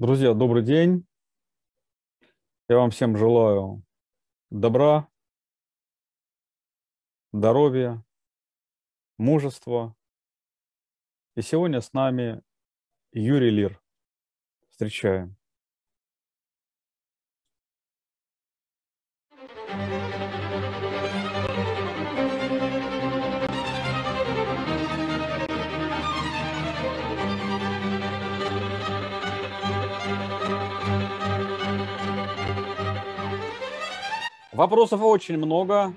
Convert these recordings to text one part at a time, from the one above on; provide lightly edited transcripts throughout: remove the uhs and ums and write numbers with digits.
Друзья, добрый день. Я вам всем желаю добра, здоровья, мужества. И сегодня с нами Юрий Лир. Встречаем. Вопросов очень много.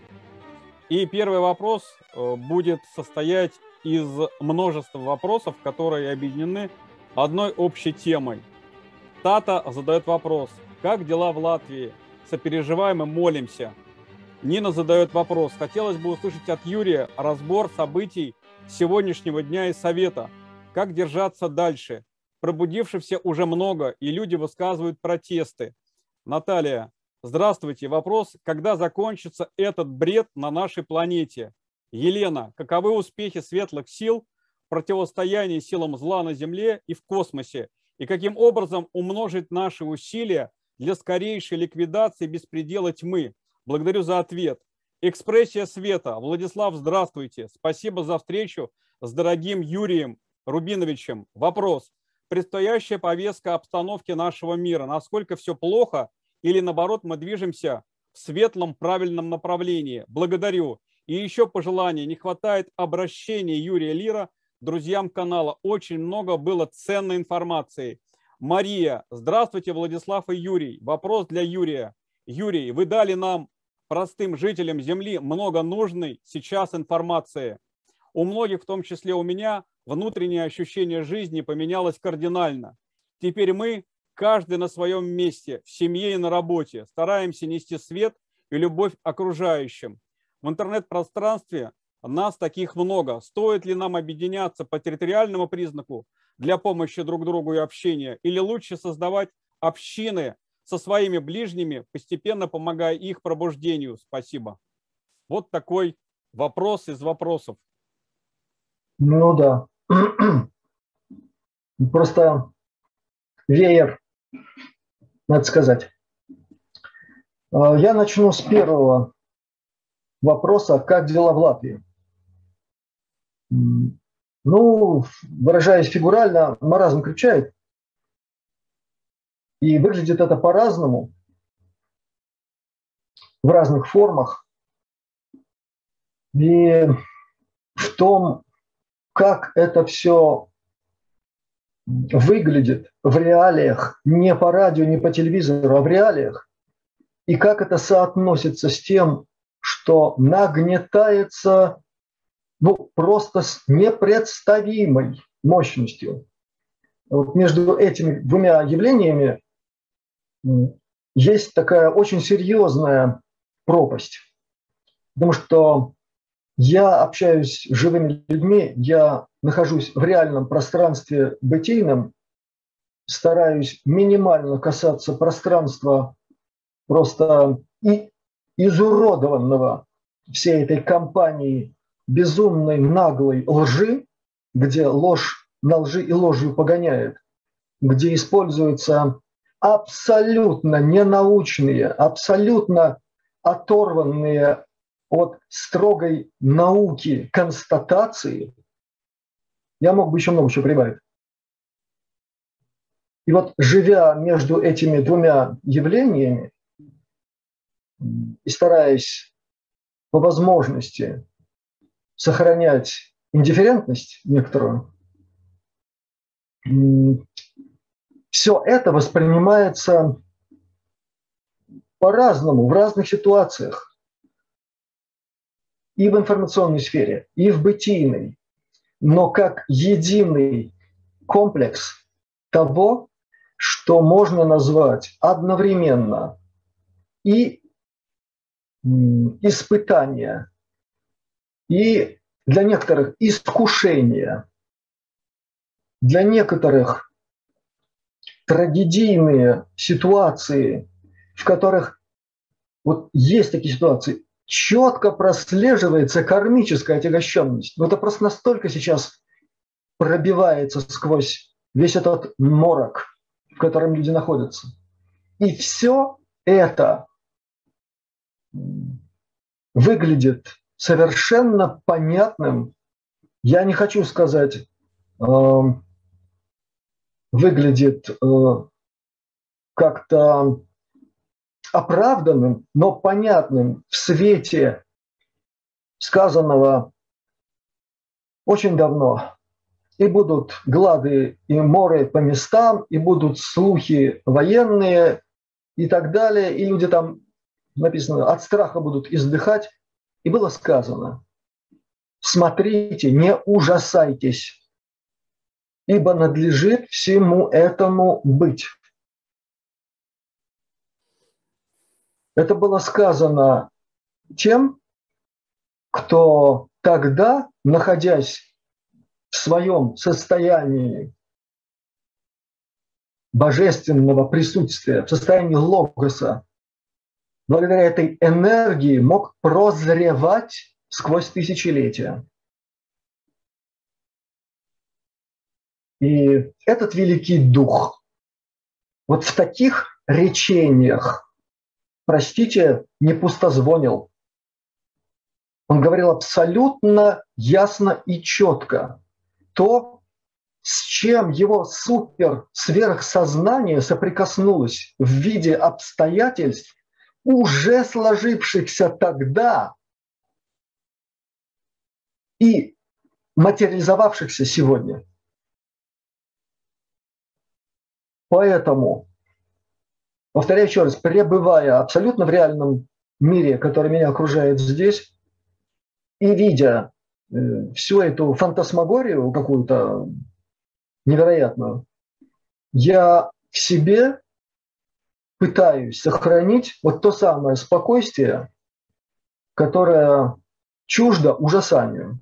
И первый вопрос будет состоять из множества вопросов, которые объединены одной общей темой. Тата задает вопрос: как дела в Латвии? Сопереживаем и молимся. Нина задает вопрос: хотелось бы услышать от Юрия разбор событий сегодняшнего дня и совета. Как держаться дальше? Пробудившихся уже много, и люди высказывают протесты. Наталья: здравствуйте. Вопрос: когда закончится этот бред на нашей планете? Елена: каковы успехи светлых сил в противостоянии силам зла на Земле и в космосе? И каким образом умножить наши усилия для скорейшей ликвидации беспредела тьмы? Благодарю за ответ. Экспрессия света. Владислав, здравствуйте. Спасибо за встречу с дорогим Юрием Рубиновичем. Вопрос: предстоящая повестка обстановки нашего мира. Насколько все плохо или наоборот мы движемся в светлом правильном направлении? Благодарю. И еще пожелание: не хватает обращения Юрия Лира к друзьям канала. Очень много было ценной информации. Мария: здравствуйте, Владислав и Юрий. Вопрос для Юрия. Юрий, вы дали нам, простым жителям Земли, много нужной сейчас информации. У многих, в том числе у меня, внутреннее ощущение жизни поменялось кардинально. Теперь мы, каждый на своем месте, в семье и на работе, стараемся нести свет и любовь окружающим. В интернет-пространстве нас таких много. Стоит ли нам объединяться по территориальному признаку для помощи друг другу и общения, или лучше создавать общины со своими ближними, постепенно помогая их пробуждению? Спасибо. Вот такой вопрос из вопросов. Ну да. Просто веер, надо сказать. Я начну с первого вопроса: как дела в Латвии? Ну, выражаясь фигурально, маразм крепчает. И выглядит это по-разному, в разных формах. И в том, как это все выглядит в реалиях, не по радио, не по телевизору, а в реалиях, и как это соотносится с тем, что нагнетается просто с непредставимой мощностью. Вот между этими двумя явлениями есть такая очень серьезная пропасть. Потому что я общаюсь с живыми людьми, я нахожусь в реальном пространстве бытийном, стараюсь минимально касаться пространства просто изуродованного всей этой кампанией безумной, наглой лжи, где ложь на лжи и ложью погоняет, где используются абсолютно ненаучные, абсолютно оторванные от строгой науки констатации. Я мог бы еще много чего прибавить. И вот, живя между этими двумя явлениями и стараясь по возможности сохранять индифферентность некоторую, все это воспринимается по-разному, в разных ситуациях. И в информационной сфере, и в бытийной, но как единый комплекс того, что можно назвать одновременно и испытание, и для некоторых искушение, для некоторых трагедийные ситуации, в которых вот есть такие ситуации, четко прослеживается кармическая отягощенность. Но это просто настолько сейчас пробивается сквозь весь этот морок, в котором люди находятся. И все это выглядит совершенно понятным. Я не хочу сказать, выглядит как-то оправданным, но понятным в свете сказанного очень давно. И будут глады и моры по местам, и будут слухи военные и так далее. И люди там, написано, от страха будут издыхать. И было сказано: смотрите, не ужасайтесь, ибо надлежит всему этому быть. Это было сказано тем, кто тогда, находясь в своем состоянии божественного присутствия, в состоянии логоса, благодаря этой энергии мог прозревать сквозь тысячелетия. И этот великий дух вот в таких речениях, простите, не пустозвонил. Он говорил абсолютно ясно и четко то, с чем его сверхсознание соприкоснулось в виде обстоятельств, уже сложившихся тогда и материализовавшихся сегодня. Поэтому, повторяю еще раз, пребывая абсолютно в реальном мире, который меня окружает здесь, и видя всю эту фантасмагорию какую-то невероятную, я в себе пытаюсь сохранить вот то самое спокойствие, которое чуждо ужасанию.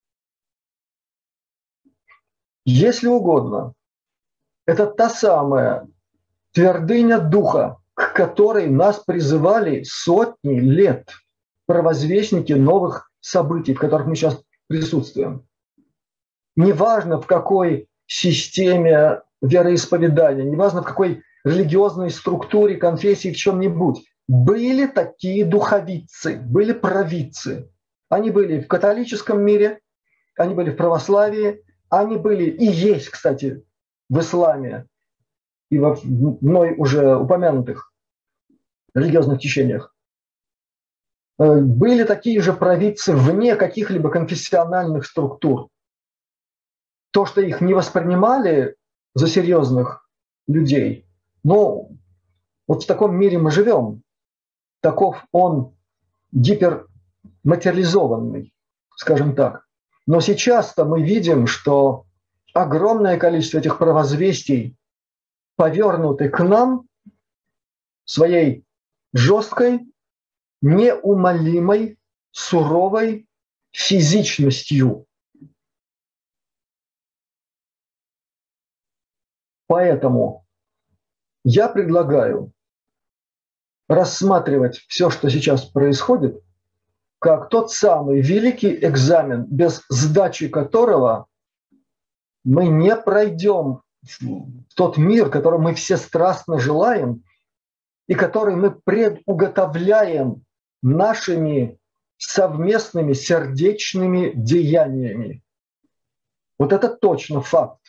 Если угодно, это та самая твердыня духа, к которой нас призывали сотни лет провозвестники новых событий, в которых мы сейчас присутствуем. Неважно, в какой системе вероисповедания, неважно, в какой религиозной структуре, конфессии, в чем-нибудь. Были такие духовицы, были провидцы. Они были в католическом мире, они были в православии, они были и есть, кстати, в исламе и во мной уже упомянутых религиозных течениях. Были такие же провидцы вне каких-либо конфессиональных структур. То, что их не воспринимали за серьезных людей, но вот в таком мире мы живем. Таков он гиперматериализованный, скажем так. Но сейчас-то мы видим, что огромное количество этих провозвестий повернуты к нам своей жесткой, неумолимой, суровой физичностью. Поэтому я предлагаю рассматривать все, что сейчас происходит, как тот самый великий экзамен, без сдачи которого мы не пройдем в тот мир, который мы все страстно желаем, и который мы предуготовляем нашими совместными сердечными деяниями. Вот это точно факт.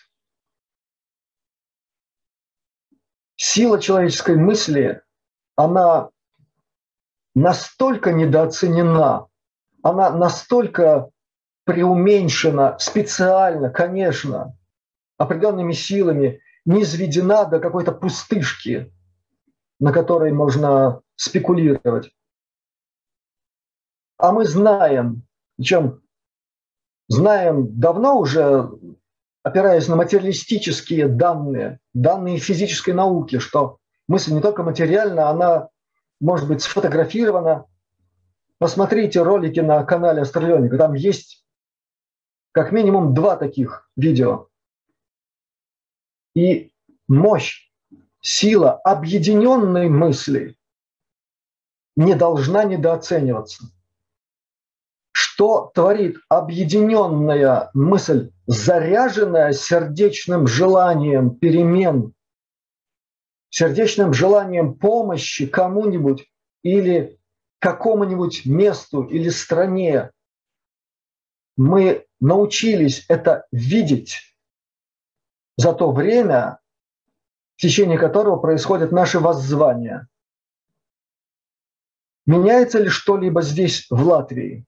Сила человеческой мысли, она настолько недооценена, она настолько преуменьшена специально, конечно, определенными силами, низведена до какой-то пустышки, на которой можно спекулировать. А мы знаем, причем знаем давно уже, опираясь на материалистические данные, данные физической науки, что мысль не только материальна, она может быть сфотографирована. Посмотрите ролики на канале Астралионика, там есть как минимум 2 таких видео. И мощь, сила объединенной мысли не должна недооцениваться. Что творит объединенная мысль, заряженная сердечным желанием перемен, сердечным желанием помощи кому-нибудь или какому-нибудь месту или стране, мы научились это видеть за то время, в течение которого происходят наши воззвания. Меняется ли что-либо здесь, в Латвии?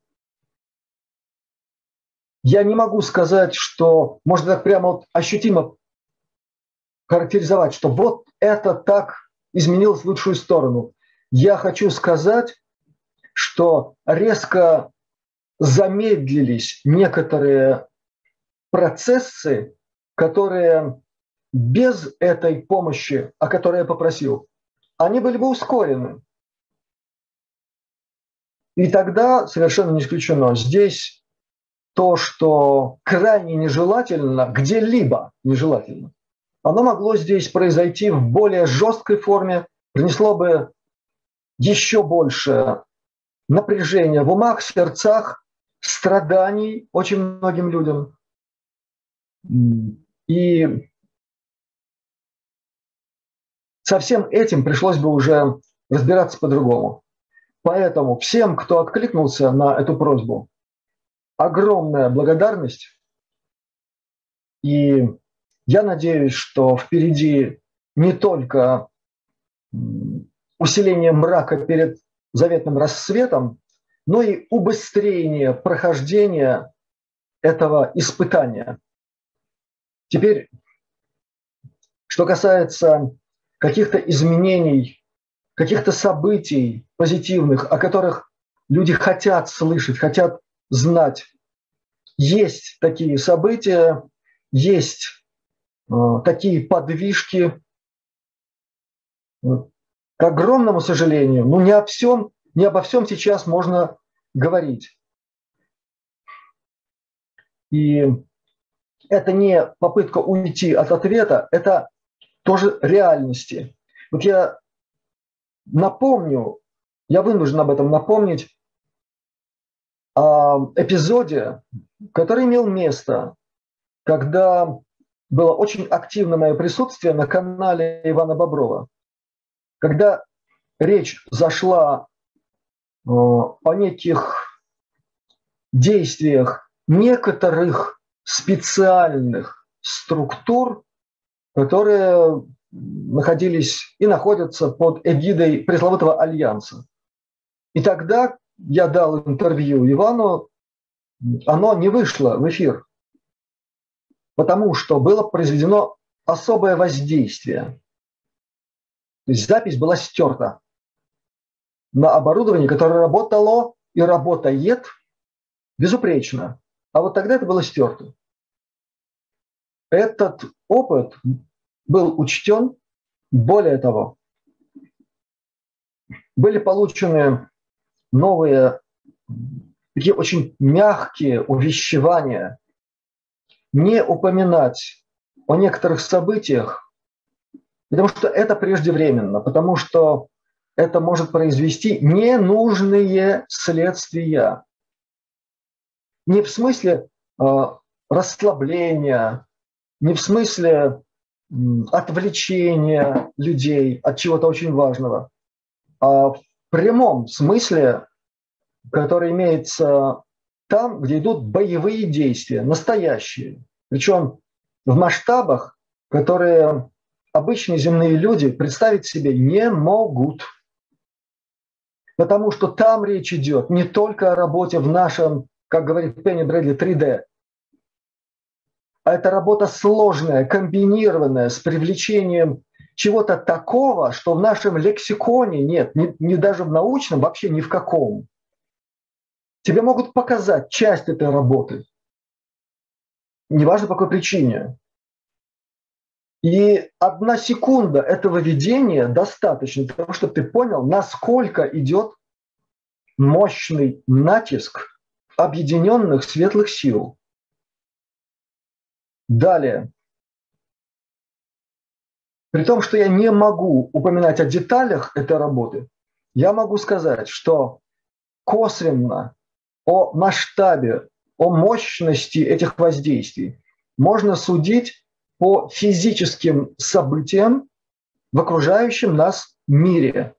Я не могу сказать, что можно так прямо вот ощутимо характеризовать, что вот это так изменилось в лучшую сторону. Я хочу сказать, что резко замедлились некоторые процессы, которые без этой помощи, о которой я попросил, они были бы ускорены. И тогда совершенно не исключено, здесь то, что крайне нежелательно, где-либо нежелательно, оно могло здесь произойти в более жесткой форме, принесло бы еще больше напряжения в умах, сердцах, страданий очень многим людям. И со всем этим пришлось бы уже разбираться по-другому. Поэтому всем, кто откликнулся на эту просьбу, огромная благодарность. И я надеюсь, что впереди не только усиление мрака перед заветным рассветом, но и убыстрение прохождения этого испытания. Теперь, что касается каких-то изменений, каких-то событий позитивных, о которых люди хотят слышать, хотят знать. Есть такие события, есть такие подвижки. К огромному сожалению, не обо всем сейчас можно говорить. И это не попытка уйти от ответа, это тоже реальности. Вот я напомню, я вынужден об этом напомнить, о эпизоде, который имел место, когда было очень активно мое присутствие на канале Ивана Боброва, когда речь зашла о неких действиях некоторых специальных структур, которые находились и находятся под эгидой пресловутого альянса. И тогда я дал интервью Ивану, оно не вышло в эфир, потому что было произведено особое воздействие. То есть запись была стерта на оборудовании, которое работало и работает безупречно. А вот тогда это было стерто. Этот опыт был учтен. Более того, были получены новые, такие очень мягкие увещевания не упоминать о некоторых событиях, потому что это преждевременно, потому что это может произвести ненужные следствия. Не в смысле расслабления, не в смысле отвлечения людей от чего-то очень важного, а в прямом смысле, который имеется там, где идут боевые действия, настоящие. Причем в масштабах, которые обычные земные люди представить себе не могут. Потому что там речь идет не только о работе в нашем, как говорит Пенни Брэдли, 3D, а это работа сложная, комбинированная, с привлечением чего-то такого, что в нашем лексиконе нет, не даже в научном, вообще ни в каком. Тебе могут показать часть этой работы, неважно по какой причине. И 1 секунда этого видения достаточно для того, чтобы ты понял, насколько идет мощный натиск объединенных светлых сил. Далее. При том, что я не могу упоминать о деталях этой работы, я могу сказать, что косвенно о масштабе, о мощности этих воздействий можно судить по физическим событиям, в окружающем нас мире.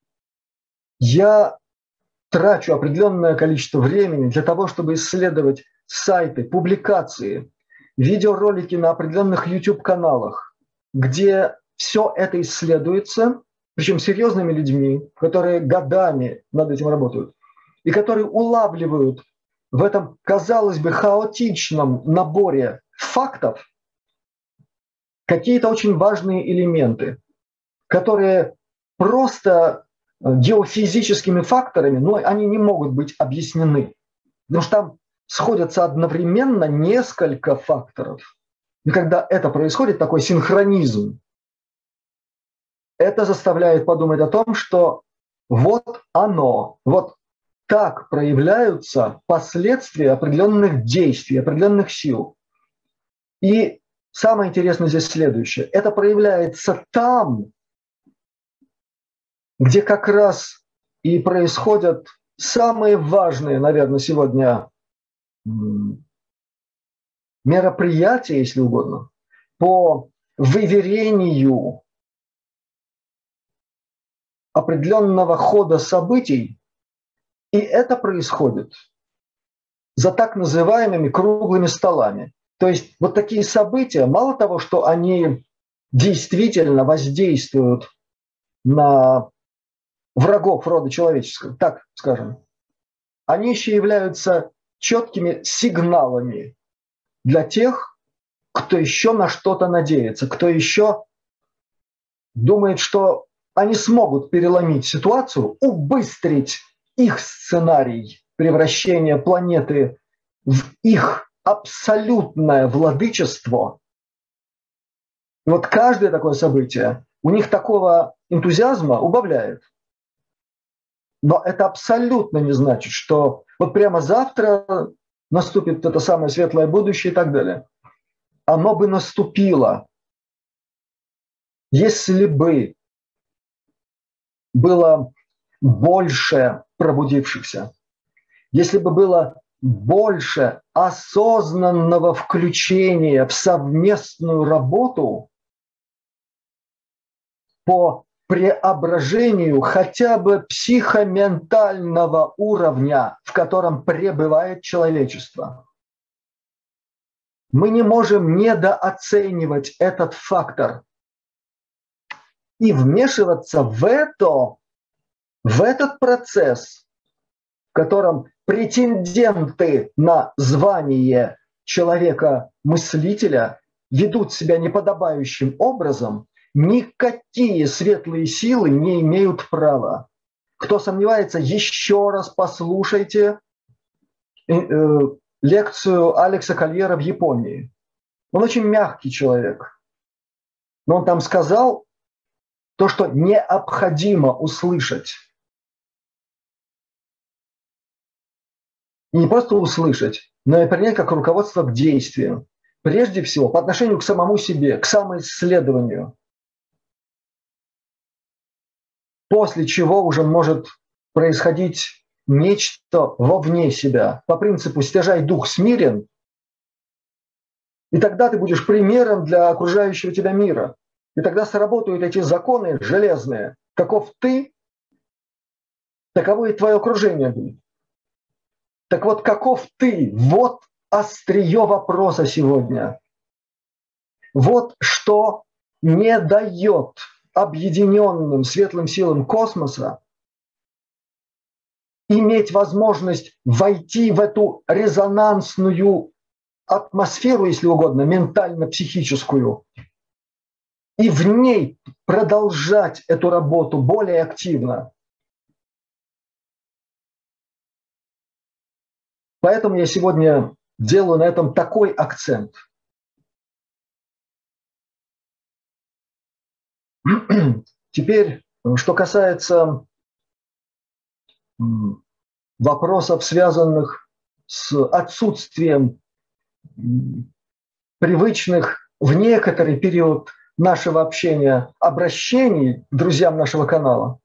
Я трачу определенное количество времени для того, чтобы исследовать сайты, публикации, видеоролики на определенных YouTube-каналах, где все это исследуется, причем серьезными людьми, которые годами над этим работают, и которые улавливают в этом, казалось бы, хаотичном наборе фактов какие-то очень важные элементы, которые просто геофизическими факторами, но они не могут быть объяснены. Потому что там сходятся одновременно несколько факторов. И когда это происходит, такой синхронизм, это заставляет подумать о том, что вот оно, вот так проявляются последствия определенных действий, определенных сил. И самое интересное здесь следующее. Это проявляется там, где как раз и происходят самые важные, наверное, сегодня мероприятия, если угодно, по выверению определенного хода событий. И это происходит за так называемыми круглыми столами. То есть вот такие события, мало того, что они действительно воздействуют на врагов рода человеческого, так скажем, они еще являются четкими сигналами для тех, кто еще на что-то надеется, кто еще думает, что они смогут переломить ситуацию, убыстрить их сценарий превращения планеты в их абсолютное владычество. И вот каждое такое событие у них такого энтузиазма убавляет. Но это абсолютно не значит, что вот прямо завтра наступит это самое светлое будущее и так далее. Оно бы наступило, если бы было больше пробудившихся, если бы было больше осознанного включения в совместную работу по преображению хотя бы психоментального уровня, в котором пребывает человечество. Мы не можем недооценивать этот фактор и вмешиваться в этот процесс, в котором претенденты на звание человека-мыслителя ведут себя неподобающим образом, никакие светлые силы не имеют права. Кто сомневается, еще раз послушайте лекцию Алекса Кольера в Японии. Он очень мягкий человек, но он там сказал то, что необходимо услышать. И не просто услышать, но и принять как руководство к действию. Прежде всего, по отношению к самому себе, к самоисследованию. После чего уже может происходить нечто вовне себя. По принципу «стяжай дух смирен», и тогда ты будешь примером для окружающего тебя мира. И тогда сработают эти законы железные. Каков ты, таково и твое окружение будет. Так вот, каков ты? Вот острие вопроса сегодня. Вот что не дает объединенным светлым силам космоса иметь возможность войти в эту резонансную атмосферу, если угодно, ментально-психическую, и в ней продолжать эту работу более активно. Поэтому я сегодня делаю на этом такой акцент. Теперь, что касается вопросов, связанных с отсутствием привычных в некоторый период нашего общения обращений к друзьям нашего канала,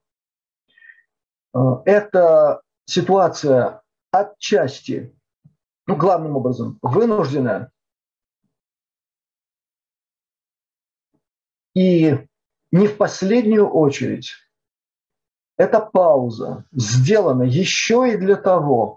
эта ситуация отчасти, главным образом, вынужденная. И не в последнюю очередь, эта пауза сделана еще и для того,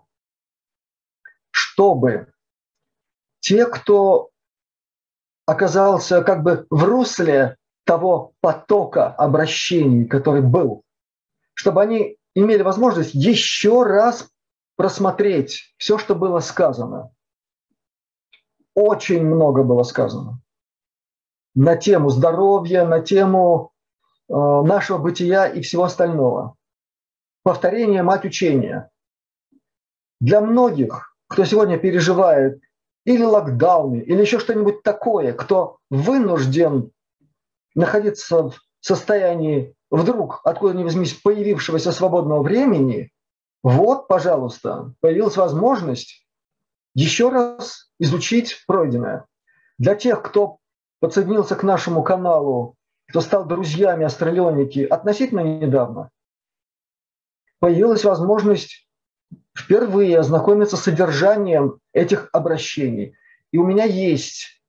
чтобы те, кто оказался как бы в русле того потока обращений, который был, чтобы они имели возможность еще раз просмотреть все, что было сказано. Очень много было сказано на тему здоровья, на тему нашего бытия и всего остального. Повторение – мать учения. Для многих, кто сегодня переживает или локдауны, или еще что-нибудь такое, кто вынужден находиться в состоянии вдруг, откуда ни возьмись, появившегося свободного времени, вот, пожалуйста, появилась возможность еще раз изучить пройденное. Для тех, кто подсоединился к нашему каналу, кто стал друзьями астралионики относительно недавно, появилась возможность впервые ознакомиться с содержанием этих обращений. И у меня есть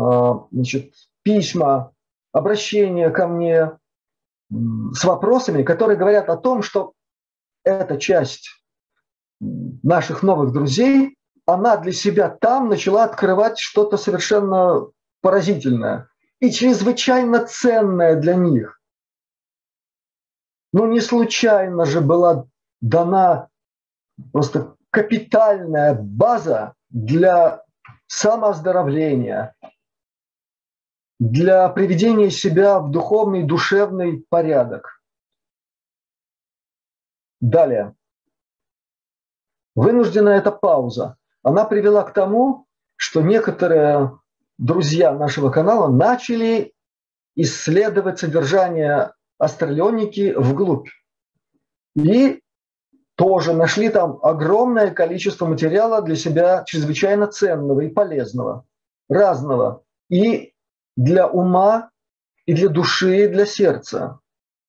письма, обращения ко мне с вопросами, которые говорят о том, что эта часть наших новых друзей, она для себя там начала открывать что-то совершенно поразительное и чрезвычайно ценное для них. Но не случайно же была дана просто капитальная база для самооздоровления, для приведения себя в духовный, душевный порядок. Далее. Вынужденная эта пауза, она привела к тому, что некоторые друзья нашего канала начали исследовать содержание астралионики вглубь. И тоже нашли там огромное количество материала для себя чрезвычайно ценного и полезного, разного, и для ума, и для души, и для сердца.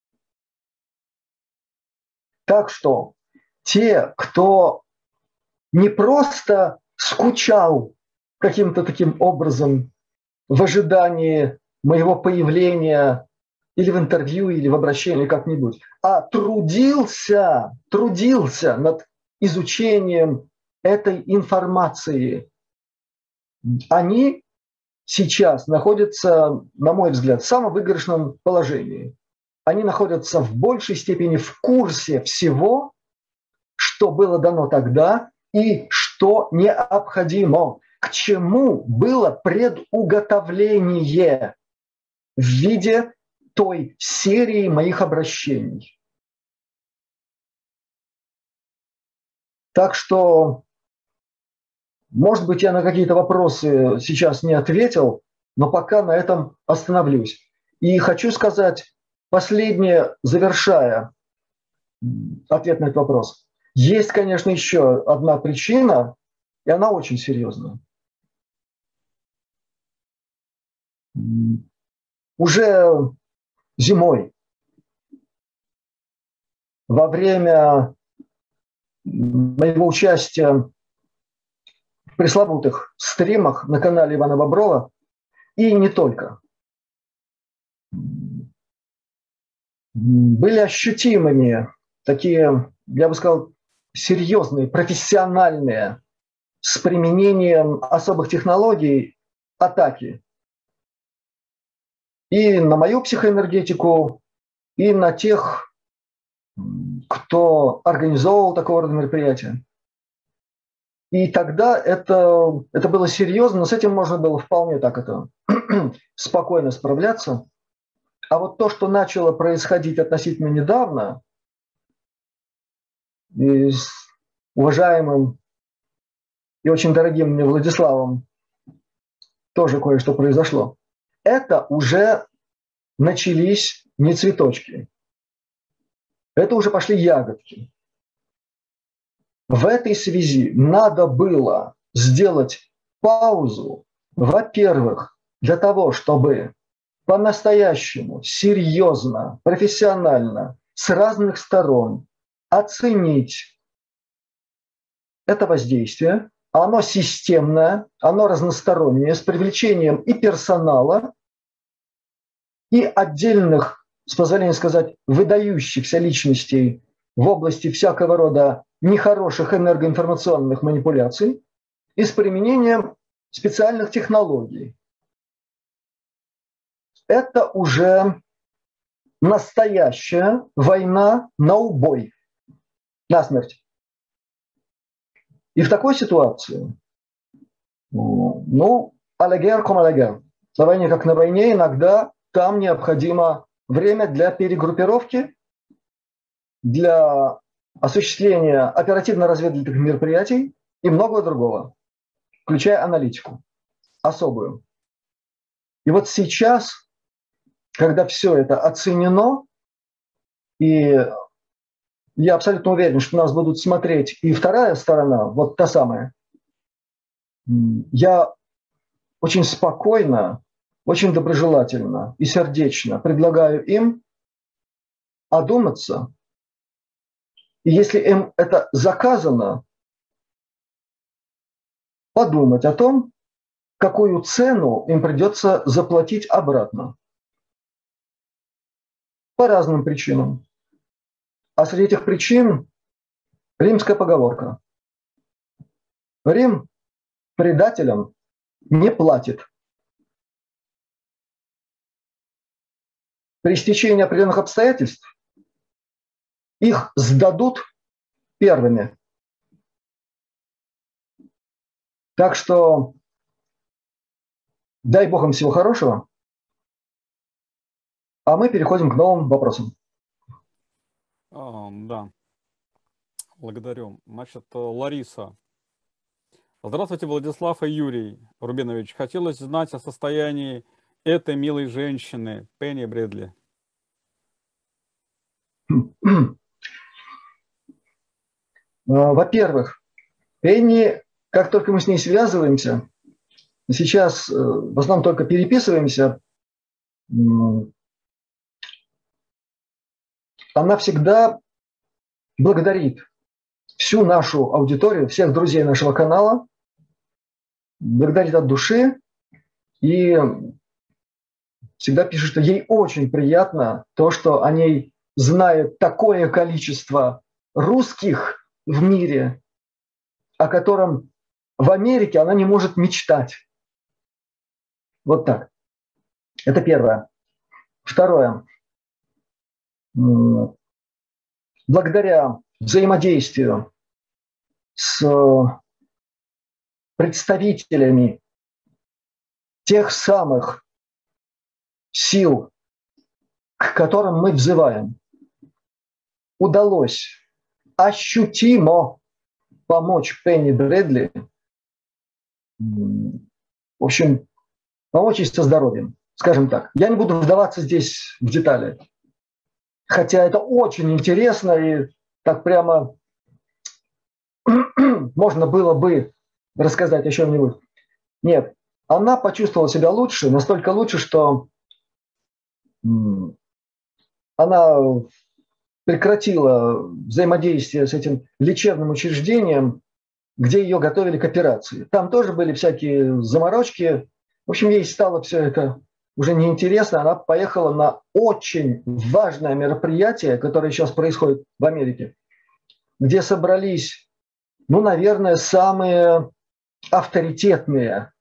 Так что те, кто не просто скучал каким-то таким образом в ожидании моего появления или в интервью, или в обращении как-нибудь, а трудился над изучением этой информации, они сейчас находятся, на мой взгляд, в самом выигрышном положении. Они находятся в большей степени в курсе всего, что было дано тогда и что необходимо, к чему было предуготовление в виде той серии моих обращений. Так что, может быть, я на какие-то вопросы сейчас не ответил, но пока на этом остановлюсь. И хочу сказать последнее, завершая ответ на этот вопрос. Есть, конечно, еще одна причина, и она очень серьезная. Уже зимой, во время моего участия в пресловутых стримах на канале Ивана Боброва, и не только, были ощутимыми такие, я бы сказал, серьезные, профессиональные, с применением особых технологий атаки и на мою психоэнергетику, и на тех, кто организовывал такого рода мероприятия. И тогда это было серьезно, но с этим можно было вполне так спокойно справляться. А вот то, что начало происходить относительно недавно, и с уважаемым и очень дорогим мне Владиславом тоже кое-что произошло. Это уже начались не цветочки. Это уже пошли ягодки. В этой связи надо было сделать паузу, во-первых, для того, чтобы по-настоящему, серьезно, профессионально, с разных сторон оценить это воздействие. Оно системное, оно разностороннее, с привлечением и персонала, и отдельных с позволения сказать, выдающихся личностей в области всякого рода нехороших энергоинформационных манипуляций и с применением специальных технологий. Это уже настоящая война на убой, насмерть. И в такой ситуации, ну, алегер ком алегер, на войне как на войне, иногда там необходимо время для перегруппировки, для осуществления оперативно-разведывательных мероприятий и многого другого, включая аналитику особую. И вот сейчас, когда все это оценено, и я абсолютно уверен, что нас будут смотреть и вторая сторона, вот та самая, я очень спокойно, очень доброжелательно и сердечно предлагаю им одуматься. И если им это заказано, подумать о том, какую цену им придется заплатить обратно. По разным причинам. А среди этих причин римская поговорка. Рим предателям не платит. При стечении определенных обстоятельств их сдадут первыми. Так что дай Бог им всего хорошего, а мы переходим к новым вопросам. Да, благодарю. Значит, Лариса. Здравствуйте, Владислав и Юрий Рубинович. Хотелось знать о состоянии этой милой женщины, Пенни Брэдли. Во-первых, Пенни, как только мы с ней связываемся, сейчас в основном только переписываемся, она всегда благодарит всю нашу аудиторию, всех друзей нашего канала, благодарит от души и всегда пишет, что ей очень приятно то, что о ней знает такое количество русских в мире, о котором в Америке она не может мечтать. Вот так. Это первое. Второе. Благодаря взаимодействию с представителями тех самых сил, к которым мы взываем, удалось ощутимо помочь Пенни Брэдли, в общем, помочь ей со здоровьем, скажем так. Я не буду вдаваться здесь в детали, хотя это очень интересно и так прямо можно было бы рассказать о чем-нибудь. Нет, она почувствовала себя лучше, настолько лучше, что она прекратила взаимодействие с этим лечебным учреждением, где ее готовили к операции. Там тоже были всякие заморочки. В общем, ей стало все это уже неинтересно. Она поехала на очень важное мероприятие, которое сейчас происходит в Америке, где собрались, ну, наверное, самые авторитетные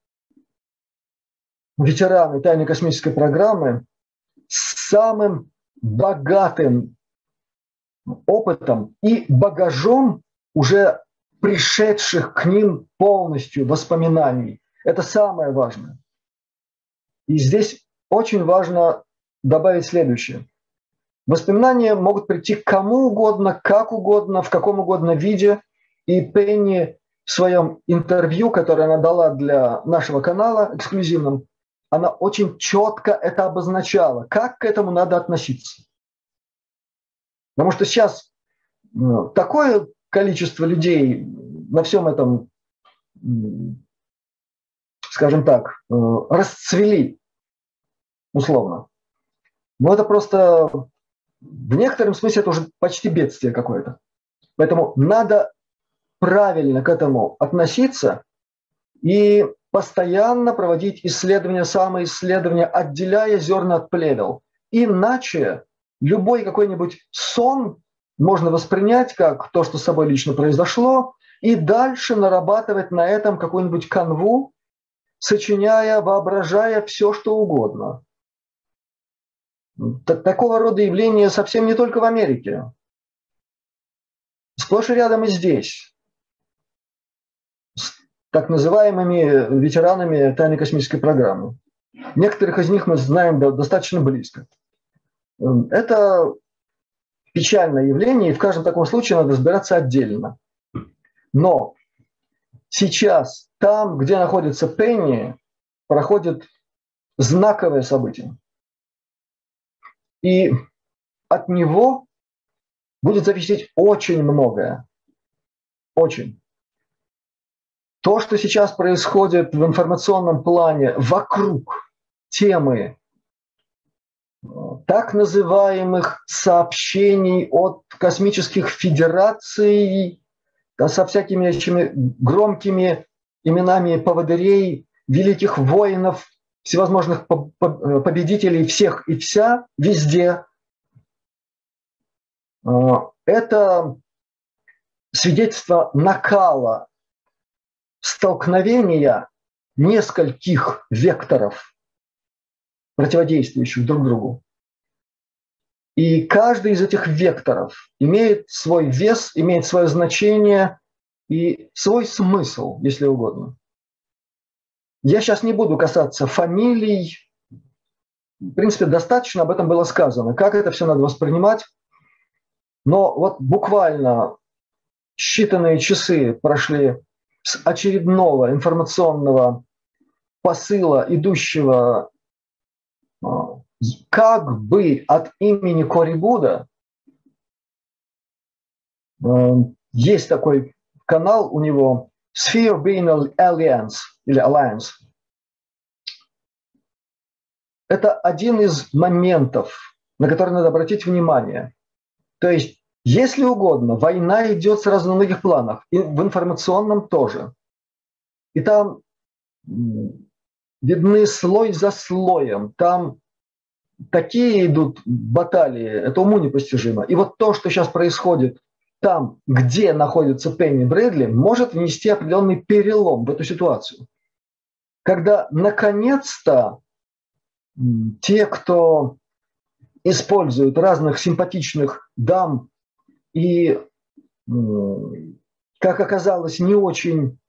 ветераны тайной космической программы с самым богатым опытом и багажом уже пришедших к ним полностью воспоминаний. Это самое важное. И здесь очень важно добавить следующее. Воспоминания могут прийти к кому угодно, как угодно, в каком угодно виде. И Пенни в своем интервью, которое она дала для нашего канала эксклюзивном, она очень четко это обозначала, как к этому надо относиться. Потому что сейчас такое количество людей на всем этом, скажем так, расцвели, условно. Но это просто, в некотором смысле, это уже почти бедствие какое-то. Поэтому надо правильно к этому относиться и постоянно проводить исследования, самоисследования, отделяя зерна от плевел. Иначе любой какой-нибудь сон можно воспринять как то, что с собой лично произошло, и дальше нарабатывать на этом какую-нибудь канву, сочиняя, воображая все, что угодно. Такого рода явления совсем не только в Америке. Сплошь и рядом и здесь. С так называемыми ветеранами тайной космической программы. Некоторых из них мы знаем достаточно близко. Это печальное явление, и в каждом таком случае надо разбираться отдельно. Но сейчас там, где находится Пенни, проходит знаковое событие. И от него будет зависеть очень многое. Очень. То, что сейчас происходит в информационном плане вокруг темы так называемых сообщений от космических федераций, да, со всякими этими громкими именами поводырей, великих воинов, всевозможных победителей всех и вся, везде. Это свидетельство накала, столкновения нескольких векторов, противодействующих друг другу. И каждый из этих векторов имеет свой вес, имеет свое значение и свой смысл, если угодно. Я сейчас не буду касаться фамилий. В принципе, достаточно об этом было сказано. Как это все надо воспринимать? Но вот буквально считанные часы прошли с очередного информационного посыла, идущего как бы от имени Кори Гуда. Есть такой канал у него Sphere Being Alliance или Alliance. Это один из моментов, на который надо обратить внимание. То есть, если угодно, война идет сразу на многих планах, и в информационном тоже. И там видны слой за слоем, там такие идут баталии, это уму непостижимо. И вот то, что сейчас происходит там, где находится Пенни Брэдли, может внести определенный перелом в эту ситуацию. Когда наконец-то те, кто используют разных симпатичных дам и, как оказалось, не очень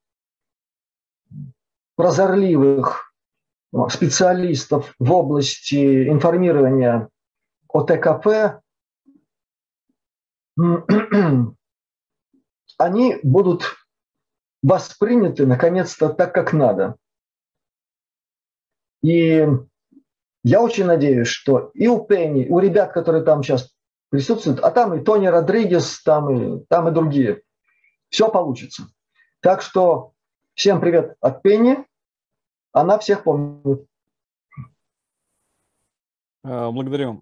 прозорливых специалистов в области информирования о ТКП, они будут восприняты наконец-то так, как надо. И я очень надеюсь, что и у Пенни, у ребят, которые там сейчас присутствуют, а там и Тони Родригес, там и другие, все получится. Так что всем привет от Пенни. Она всех помнит. Благодарю.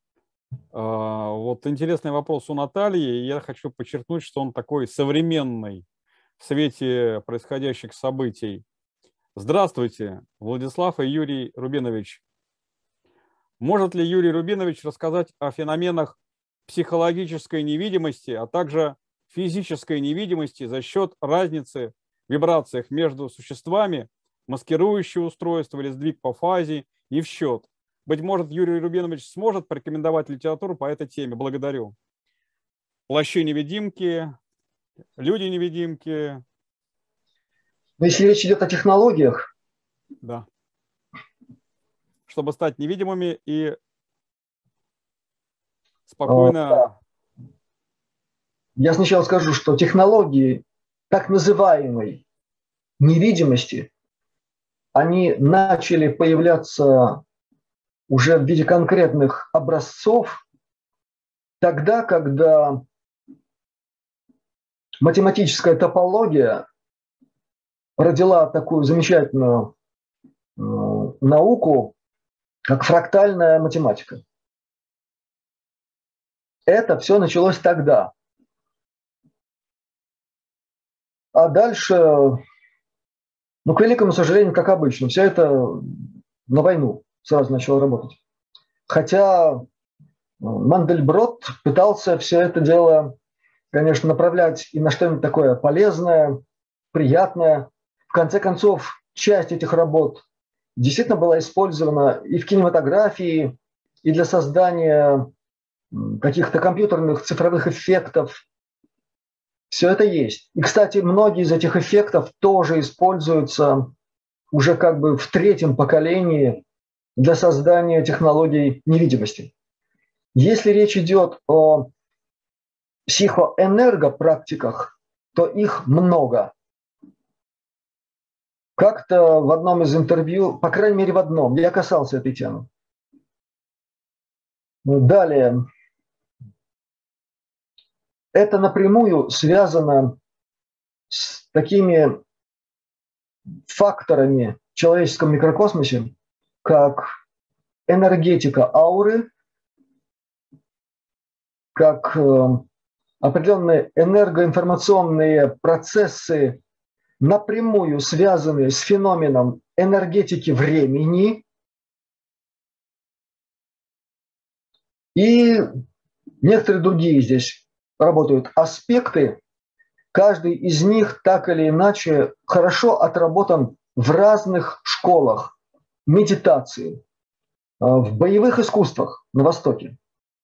Вот интересный вопрос у Натальи. Я хочу подчеркнуть, что он такой современный в свете происходящих событий. Здравствуйте, Владислав и Юрий Рубинович. Может ли Юрий Рубинович рассказать о феноменах психологической невидимости, а также физической невидимости за счет разницы в вибрациях между существами, маскирующие устройства или сдвиг по фазе и в счет? Быть может, Юрий Рубинович сможет порекомендовать литературу по этой теме. Благодарю. Плащи-невидимки, люди-невидимки. Но если речь идет о технологиях, да, чтобы стать невидимыми и спокойно... Да. Я сначала скажу, что технологии так называемой невидимости, они начали появляться уже в виде конкретных образцов тогда, когда математическая топология родила такую замечательную науку, как фрактальная математика. Это все началось тогда. А дальше, к великому сожалению, как обычно, все это на войну сразу начало работать. Хотя Мандельброт пытался все это дело, конечно, направлять и на что-нибудь такое полезное, приятное. В конце концов, часть этих работ действительно была использована и в кинематографии, и для создания каких-то компьютерных цифровых эффектов. Все это есть. И, кстати, многие из этих эффектов тоже используются уже как бы в третьем поколении для создания технологий невидимости. Если речь идет о психоэнергопрактиках, то их много. Как-то в одном из интервью, по крайней мере в одном, я касался этой темы. Далее. Это напрямую связано с такими факторами в человеческом микрокосмосе, как энергетика ауры, как определенные энергоинформационные процессы, напрямую связанные с феноменом энергетики времени, и некоторые другие здесь работают аспекты. Каждый из них так или иначе хорошо отработан в разных школах медитации, в боевых искусствах на Востоке,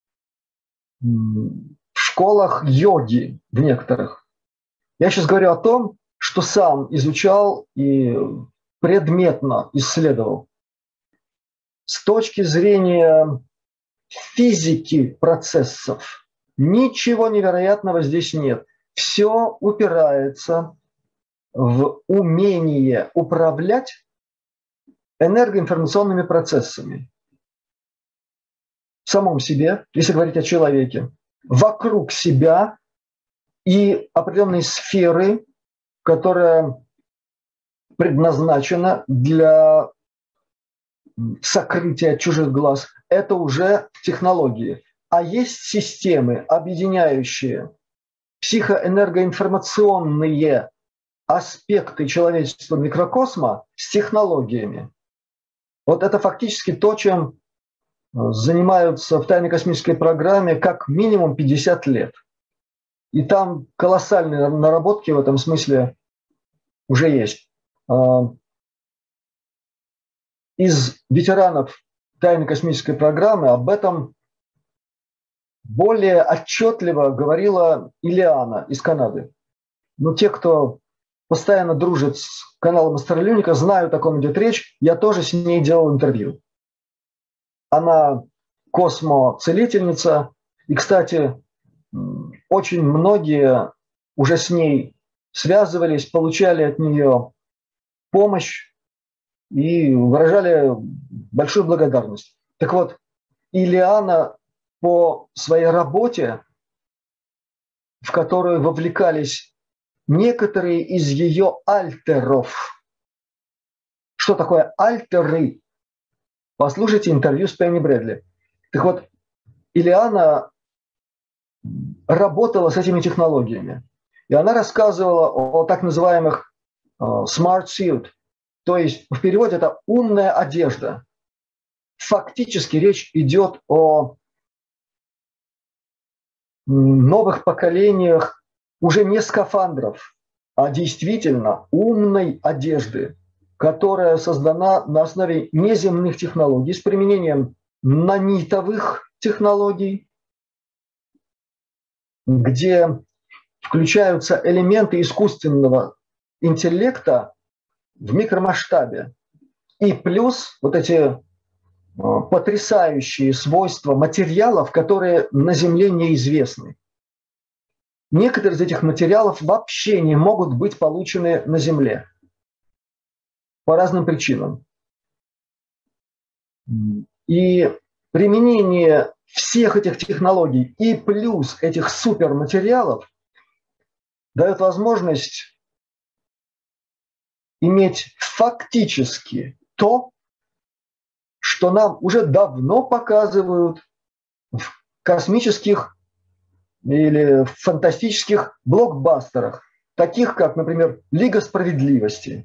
в школах йоги в некоторых. Я сейчас говорю о том, что сам изучал и предметно исследовал. С точки зрения физики процессов ничего невероятного здесь нет. Все упирается в умение управлять энергоинформационными процессами в самом себе, если говорить о человеке, вокруг себя и определенной сферы, которая предназначена для сокрытия чужих глаз. Это уже технологии. А есть системы, объединяющие психоэнергоинформационные аспекты человеческого микрокосма с технологиями. Вот это фактически то, чем занимаются в тайной космической программе как минимум 50 лет. И там колоссальные наработки в этом смысле уже есть. Из ветеранов тайной космической программы об этом более отчетливо говорила Илиана из Канады. Но те, кто постоянно дружит с каналом Астролюника, знают, о ком идет речь. Я тоже с ней делал интервью. Она космоцелительница. И, кстати, очень многие уже с ней связывались, получали от нее помощь и выражали большую благодарность. Так вот, Илиана по своей работе, в которую вовлекались некоторые из ее альтеров. Что такое альтеры? Послушайте интервью с Пенни Брэдли. Так вот, Илиана работала с этими технологиями. И она рассказывала о так называемых smart suit, то есть в переводе это умная одежда. Фактически речь идет о новых поколениях уже не скафандров, а действительно умной одежды, которая создана на основе неземных технологий с применением нанитовых технологий, где включаются элементы искусственного интеллекта в микромасштабе. И плюс вот эти потрясающие свойства материалов, которые на Земле неизвестны. Некоторые из этих материалов вообще не могут быть получены на Земле по разным причинам. И применение всех этих технологий и плюс этих суперматериалов дает возможность иметь фактически то, что нам уже давно показывают в космических или в фантастических блокбастерах, таких как, например, «Лига справедливости».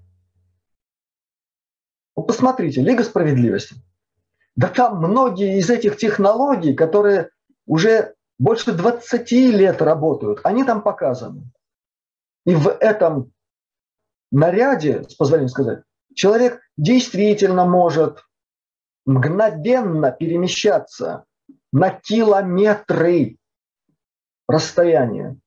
Вот посмотрите, «Лига справедливости». Да там многие из этих технологий, которые уже больше 20 лет работают, они там показаны. И в этом наряде, с позволения сказать, человек действительно может мгновенно перемещаться на километры расстояния.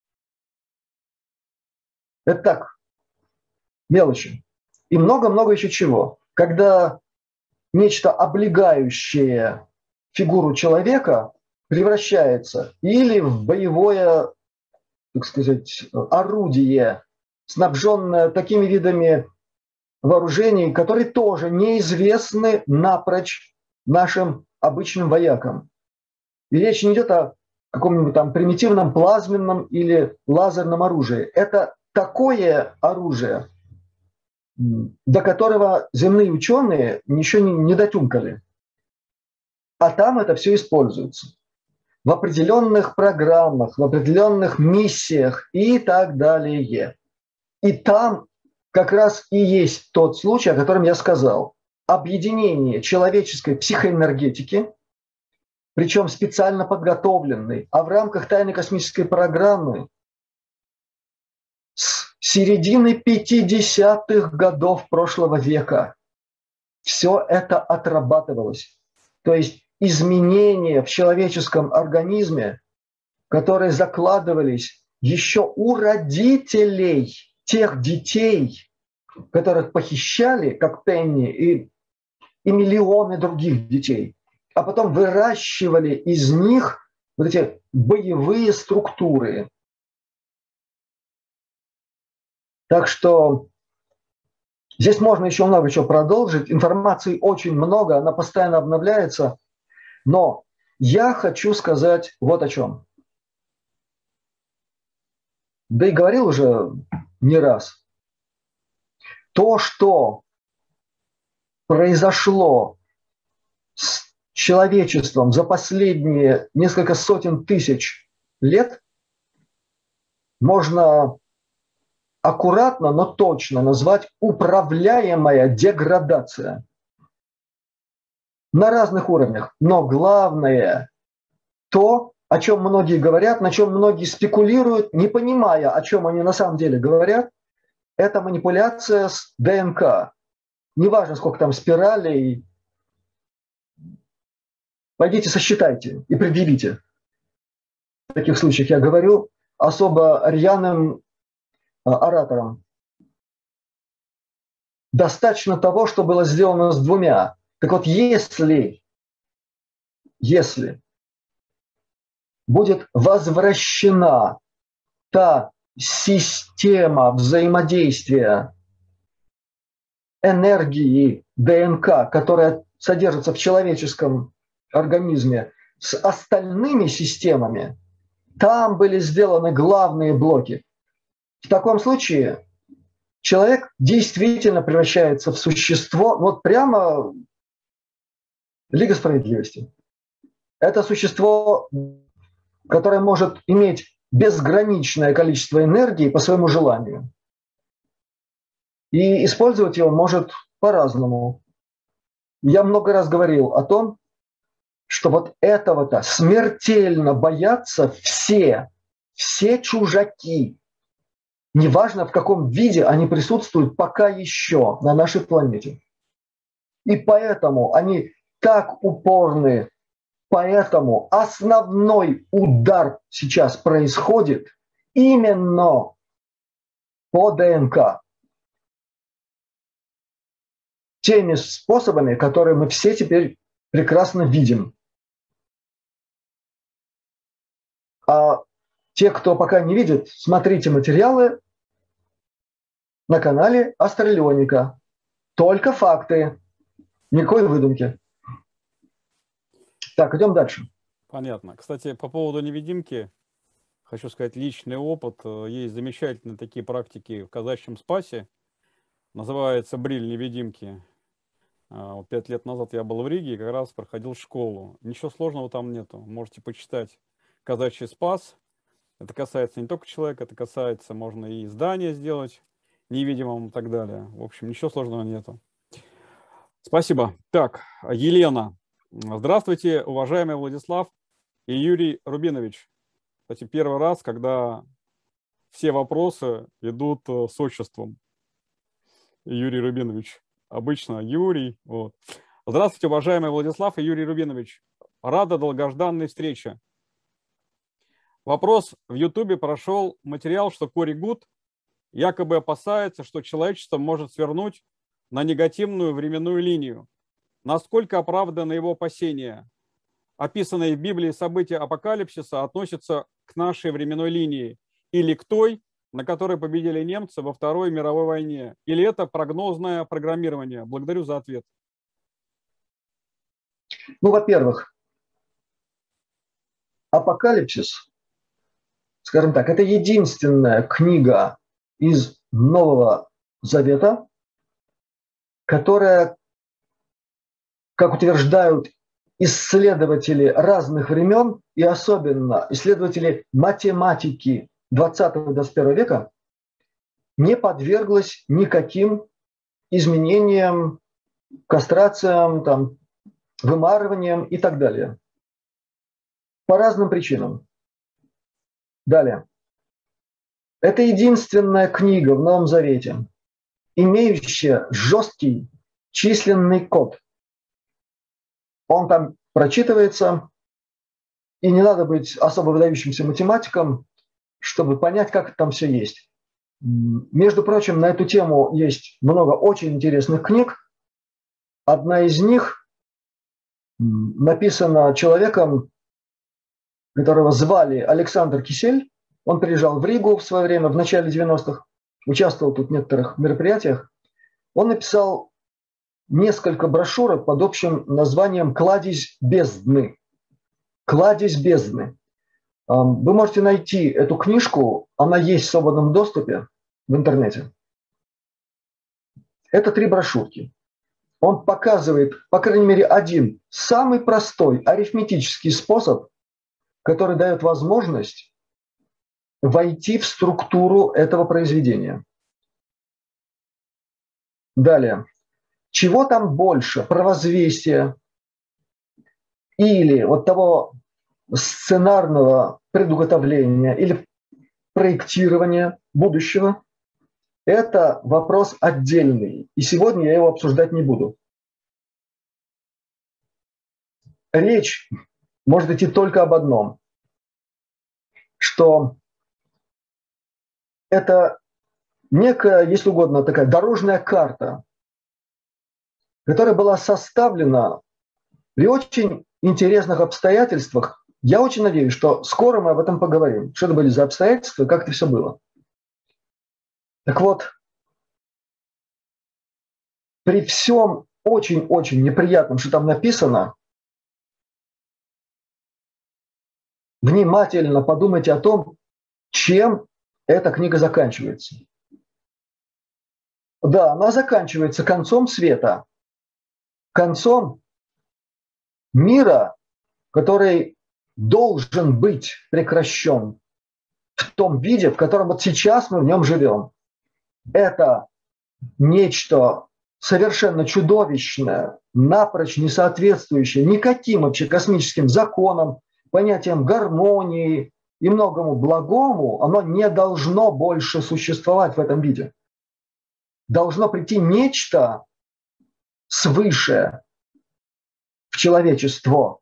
Это так, мелочи. И много-много еще чего. Когда нечто облегающее фигуру человека превращается или в боевое, так сказать, орудие, снабженное такими видами вооружений, которые тоже неизвестны напрочь нашим обычным воякам. И речь не идет о каком-нибудь там примитивном плазменном или лазерном оружии. Это такое оружие, до которого земные ученые ничего не дотюмкали. А там это все используется. В определенных программах, в определенных миссиях и так далее. И там как раз и есть тот случай, о котором я сказал. Объединение человеческой психоэнергетики, причем специально подготовленной, а в рамках тайной космической программы с середины 50-х годов прошлого века. Все это отрабатывалось. То есть изменения в человеческом организме, которые закладывались еще у родителей тех детей, которых похищали, как Пенни, и миллионы других детей, а потом выращивали из них вот эти боевые структуры. Так что здесь можно еще много чего продолжить. Информации очень много, она постоянно обновляется. Но я хочу сказать вот о чем. Да и говорил уже не раз. То, что произошло с человечеством за последние несколько сотен тысяч лет, можно аккуратно, но точно назвать управляемая деградация на разных уровнях. Но главное то, о чем многие говорят, на чем многие спекулируют, не понимая, о чем они на самом деле говорят, это манипуляция с ДНК. Неважно, сколько там спиралей, пойдите сосчитайте и предъявите. В таких случаях я говорю особо рьяным ораторам. Достаточно того, что было сделано с двумя. Так вот, если будет возвращена та система взаимодействия энергии ДНК, которая содержится в человеческом организме, с остальными системами, там были сделаны главные блоки. В таком случае человек действительно превращается в существо, вот прямо Лига справедливости. Это существо, которое может иметь безграничное количество энергии по своему желанию. И использовать его может по-разному. Я много раз говорил о том, что вот этого-то смертельно боятся все чужаки. Неважно, в каком виде они присутствуют пока еще на нашей планете. И поэтому они так упорны. Поэтому основной удар сейчас происходит именно по ДНК. Теми способами, которые мы все теперь прекрасно видим. А те, кто пока не видит, смотрите материалы на канале Астралионика. Только факты, никакой выдумки. Так, идем дальше. Понятно. Кстати, по поводу невидимки, хочу сказать личный опыт. Есть замечательные такие практики в казачьем спасе. Называется бриль невидимки. 5 лет назад я был в Риге и как раз проходил школу. Ничего сложного там нету. Можете почитать казачий спас. Это касается не только человека, это касается, можно и здание сделать невидимым и так далее. В общем, ничего сложного нету. Спасибо. Так, Елена. Здравствуйте, уважаемый Владислав. и Юрий Рубинович. Кстати, первый раз, когда все вопросы идут с отчеством. Юрий Рубинович. Обычно Юрий. Вот. Здравствуйте, уважаемый Владислав и Юрий Рубинович. Рада долгожданной встрече. Вопрос. В Ютубе прошел материал, что Кори Гуд якобы опасается, что человечество может свернуть на негативную временную линию. Насколько оправданы его опасения? Описанные в Библии события апокалипсиса относятся к нашей временной линии или к той, на которой победили немцы во Второй мировой войне? Или это прогнозное программирование? Благодарю за ответ. Ну, во-первых, «Апокалипсис», скажем так, это единственная книга из Нового Завета, которая, как утверждают исследователи разных времен, и особенно исследователи математики 20-21 века, не подверглась никаким изменениям, кастрациям, там, вымарываниям и так далее. По разным причинам. Далее. Это единственная книга в Новом Завете, имеющая жесткий численный код. Он там прочитывается, и не надо быть особо выдающимся математиком, чтобы понять, как там все есть. Между прочим, на эту тему есть много очень интересных книг. Одна из них написана человеком, которого звали Александр Кисель. Он приезжал в Ригу в свое время, в начале 90-х, участвовал тут в некоторых мероприятиях. Он написал несколько брошюрок под общим названием «Кладезь бездны». «Кладезь бездны». Вы можете найти эту книжку, она есть в свободном доступе в интернете. Это 3 брошюрки. Он показывает, по крайней мере, один самый простой арифметический способ, который дает возможность войти в структуру этого произведения. Далее. Чего там больше? Провозвестия или вот того сценарного предуготовления или проектирования будущего? Это вопрос отдельный, и сегодня я его обсуждать не буду. Речь может идти только об одном, что это некая, если угодно, такая дорожная карта, которая была составлена при очень интересных обстоятельствах. Я очень надеюсь, что скоро мы об этом поговорим. Что это были за обстоятельства и как это все было. Так вот, при всем очень-очень неприятном, что там написано, внимательно подумайте о том, чем эта книга заканчивается. Да, она заканчивается концом света, концом мира, который должен быть прекращен в том виде, в котором вот сейчас мы в нем живем. Это нечто совершенно чудовищное, напрочь не соответствующее никаким вообще космическим законам, понятиям гармонии и многому благому, оно не должно больше существовать в этом виде. Должно прийти нечто свыше в человечество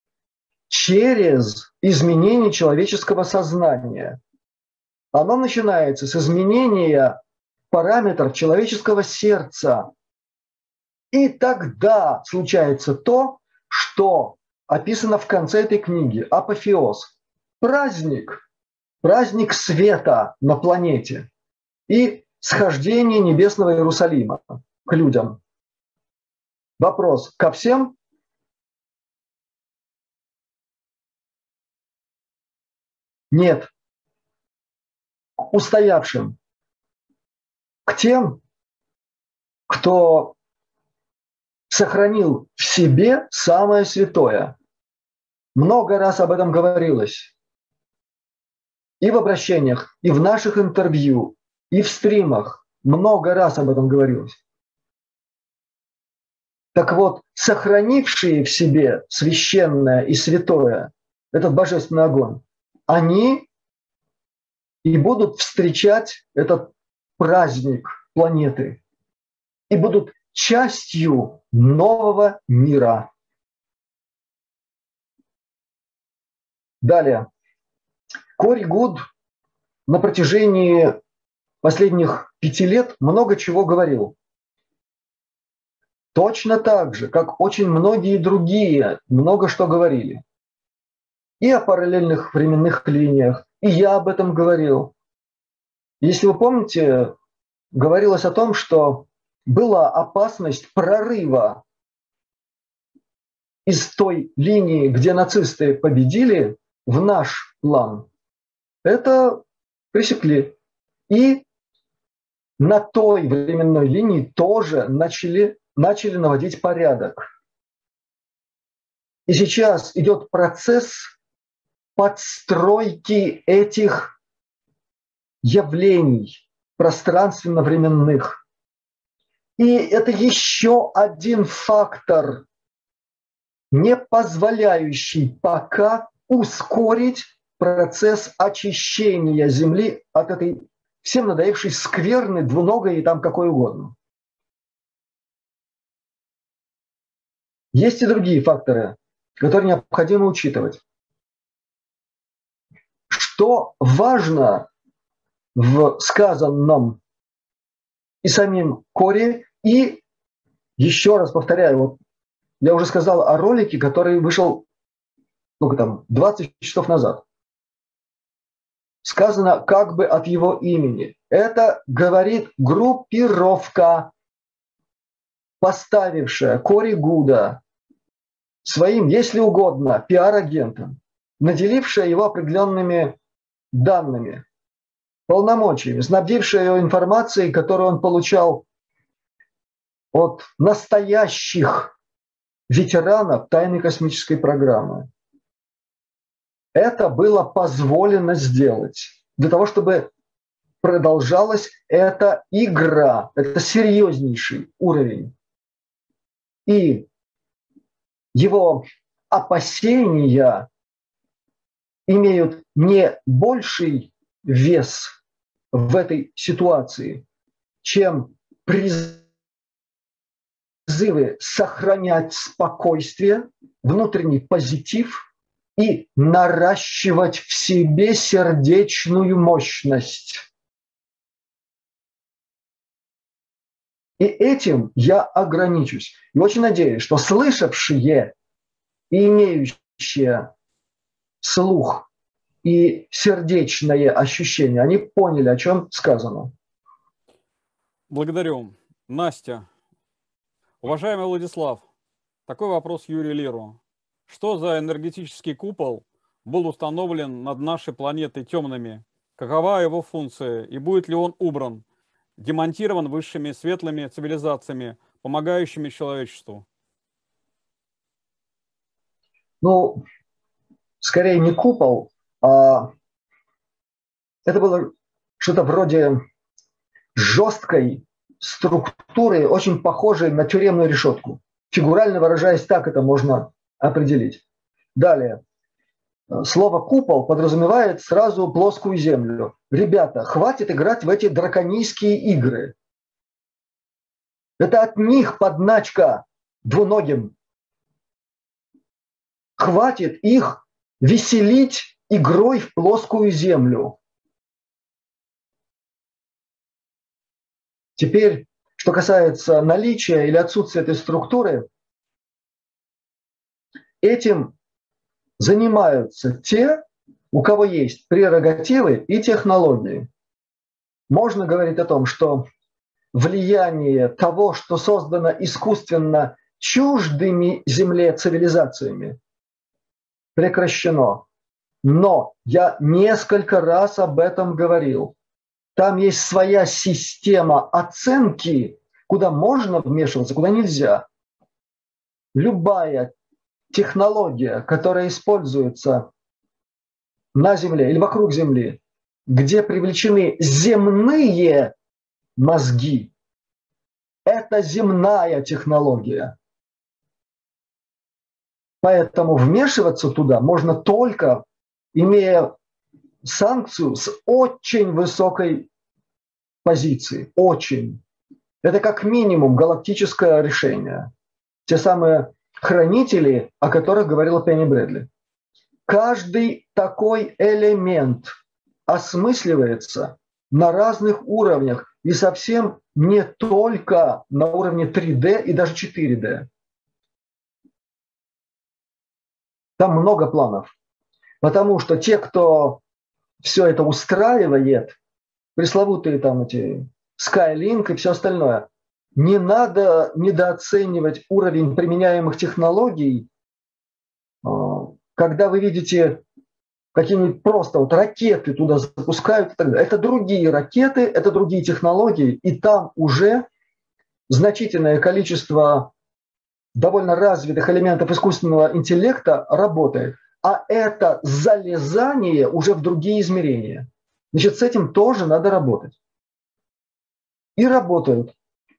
через изменение человеческого сознания. Оно начинается с изменения параметров человеческого сердца. И тогда случается то, что описано в конце этой книги. Апофеоз. Праздник. Праздник света на планете. И схождение небесного Иерусалима к людям. Вопрос: ко всем? Нет. К устоявшим. К тем, кто сохранил в себе самое святое. Много раз об этом говорилось. И в обращениях, и в наших интервью, и в стримах. Много раз об этом говорилось. Так вот, сохранившие в себе священное и святое, этот божественный огонь, они и будут встречать этот праздник планеты и будут частью нового мира. Далее. Кори Гуд на протяжении последних 5 лет много чего говорил. Точно так же, как очень многие другие много что говорили. И о параллельных временных линиях, и я об этом говорил. Если вы помните, говорилось о том, что была опасность прорыва из той линии, где нацисты победили, в наш план. Это пресекли. И на той временной линии тоже начали наводить порядок. И сейчас идет процесс подстройки этих явлений пространственно-временных. И это еще один фактор, не позволяющий пока ускорить процесс очищения Земли от этой всем надоевшей скверны, двуногой и там какой угодно. Есть и другие факторы, которые необходимо учитывать. Что важно в сказанном и самим Кори, и еще раз повторяю, вот я уже сказал о ролике, который вышел 20 часов назад. Сказано как бы от его имени. Это говорит группировка, поставившая Кори Гуда своим, если угодно, пиар-агентом, наделившая его определенными данными, полномочиями, снабдившая его информацией, которую он получал от настоящих ветеранов тайной космической программы. Это было позволено сделать для того, чтобы продолжалась эта игра, это серьезнейший уровень. И его опасения имеют не больший вес в этой ситуации, чем призывы сохранять спокойствие, внутренний позитив и наращивать в себе сердечную мощность. И этим я ограничусь. И очень надеюсь, что слышавшие и имеющие слух и сердечное ощущение, они поняли, о чем сказано. Благодарю. Настя. Уважаемый Владислав, такой вопрос Юрию Лиру. Что за энергетический купол был установлен над нашей планетой темными? Какова его функция? И будет ли он убран, демонтирован высшими светлыми цивилизациями, помогающими человечеству? Ну, скорее не купол, а это было что-то вроде жесткой структуры, очень похожей на тюремную решетку. Фигурально выражаясь, так это можно определить. Далее. Слово «купол» подразумевает сразу плоскую землю. Ребята, хватит играть в эти драконийские игры. Это от них подначка двуногим. Хватит их веселить игрой в плоскую землю. Теперь, что касается наличия или отсутствия этой структуры, этим занимаются те, у кого есть прерогативы и технологии. Можно говорить о том, что влияние того, что создано искусственно чуждыми Земле цивилизациями, прекращено. Но я несколько раз об этом говорил. Там есть своя система оценки, куда можно вмешиваться, куда нельзя. Любая технология, которая используется на Земле или вокруг Земли, где привлечены земные мозги, это земная технология. Поэтому вмешиваться туда можно только имея санкцию с очень высокой позиции. Очень. Это как минимум галактическое решение. Те самые хранители, о которых говорила Пенни Брэдли. Каждый такой элемент осмысливается на разных уровнях и совсем не только на уровне 3D и даже 4D. Там много планов. Потому что те, кто все это устраивает, пресловутые там эти Skylink и все остальное, не надо недооценивать уровень применяемых технологий. Когда вы видите какие-нибудь просто вот ракеты туда запускают, это другие ракеты, это другие технологии, и там уже значительное количество довольно развитых элементов искусственного интеллекта работает. А это залезание уже в другие измерения. Значит, с этим тоже надо работать. И работают.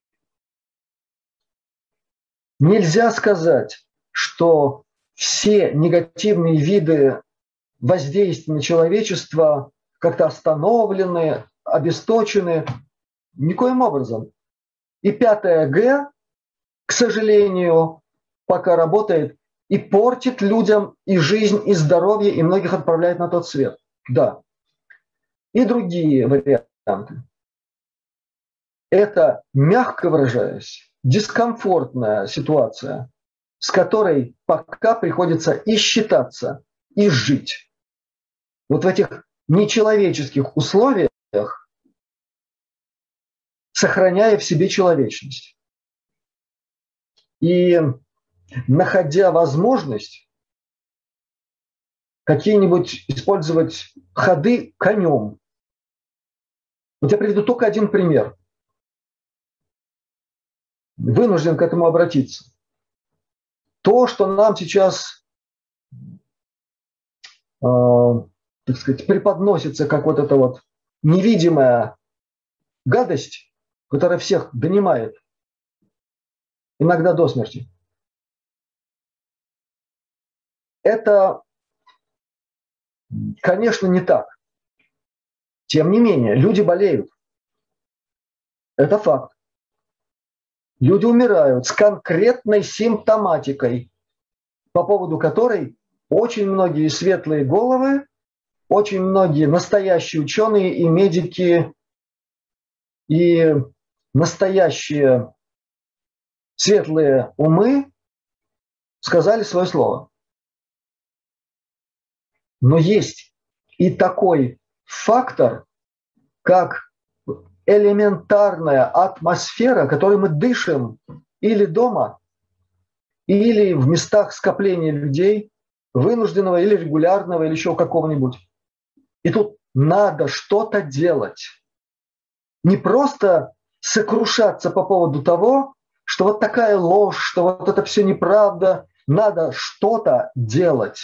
Нельзя сказать, что все негативные виды воздействия на человечество как-то остановлены, обесточены. Никоим образом. И 5G, к сожалению, пока работает и портит людям и жизнь, и здоровье, и многих отправляет на тот свет. Да. И другие варианты. Это, мягко выражаясь, дискомфортная ситуация, с которой пока приходится и считаться, и жить. Вот в этих нечеловеческих условиях, сохраняя в себе человечность. И находя возможность какие-нибудь использовать ходы конем. Вот я приведу только один пример. Вынужден к этому обратиться. То, что нам сейчас, так сказать, преподносится как вот эта вот невидимая гадость, которая всех донимает, иногда до смерти. Это, конечно, не так. Тем не менее, люди болеют. Это факт. Люди умирают с конкретной симптоматикой, по поводу которой очень многие светлые головы, очень многие настоящие ученые и медики, и настоящие светлые умы сказали свое слово. Но есть и такой фактор, как элементарная атмосфера, которой мы дышим или дома, или в местах скопления людей, вынужденного или регулярного, или еще какого-нибудь. И тут надо что-то делать. Не просто сокрушаться по поводу того, что вот такая ложь, что вот это все неправда. Надо что-то делать,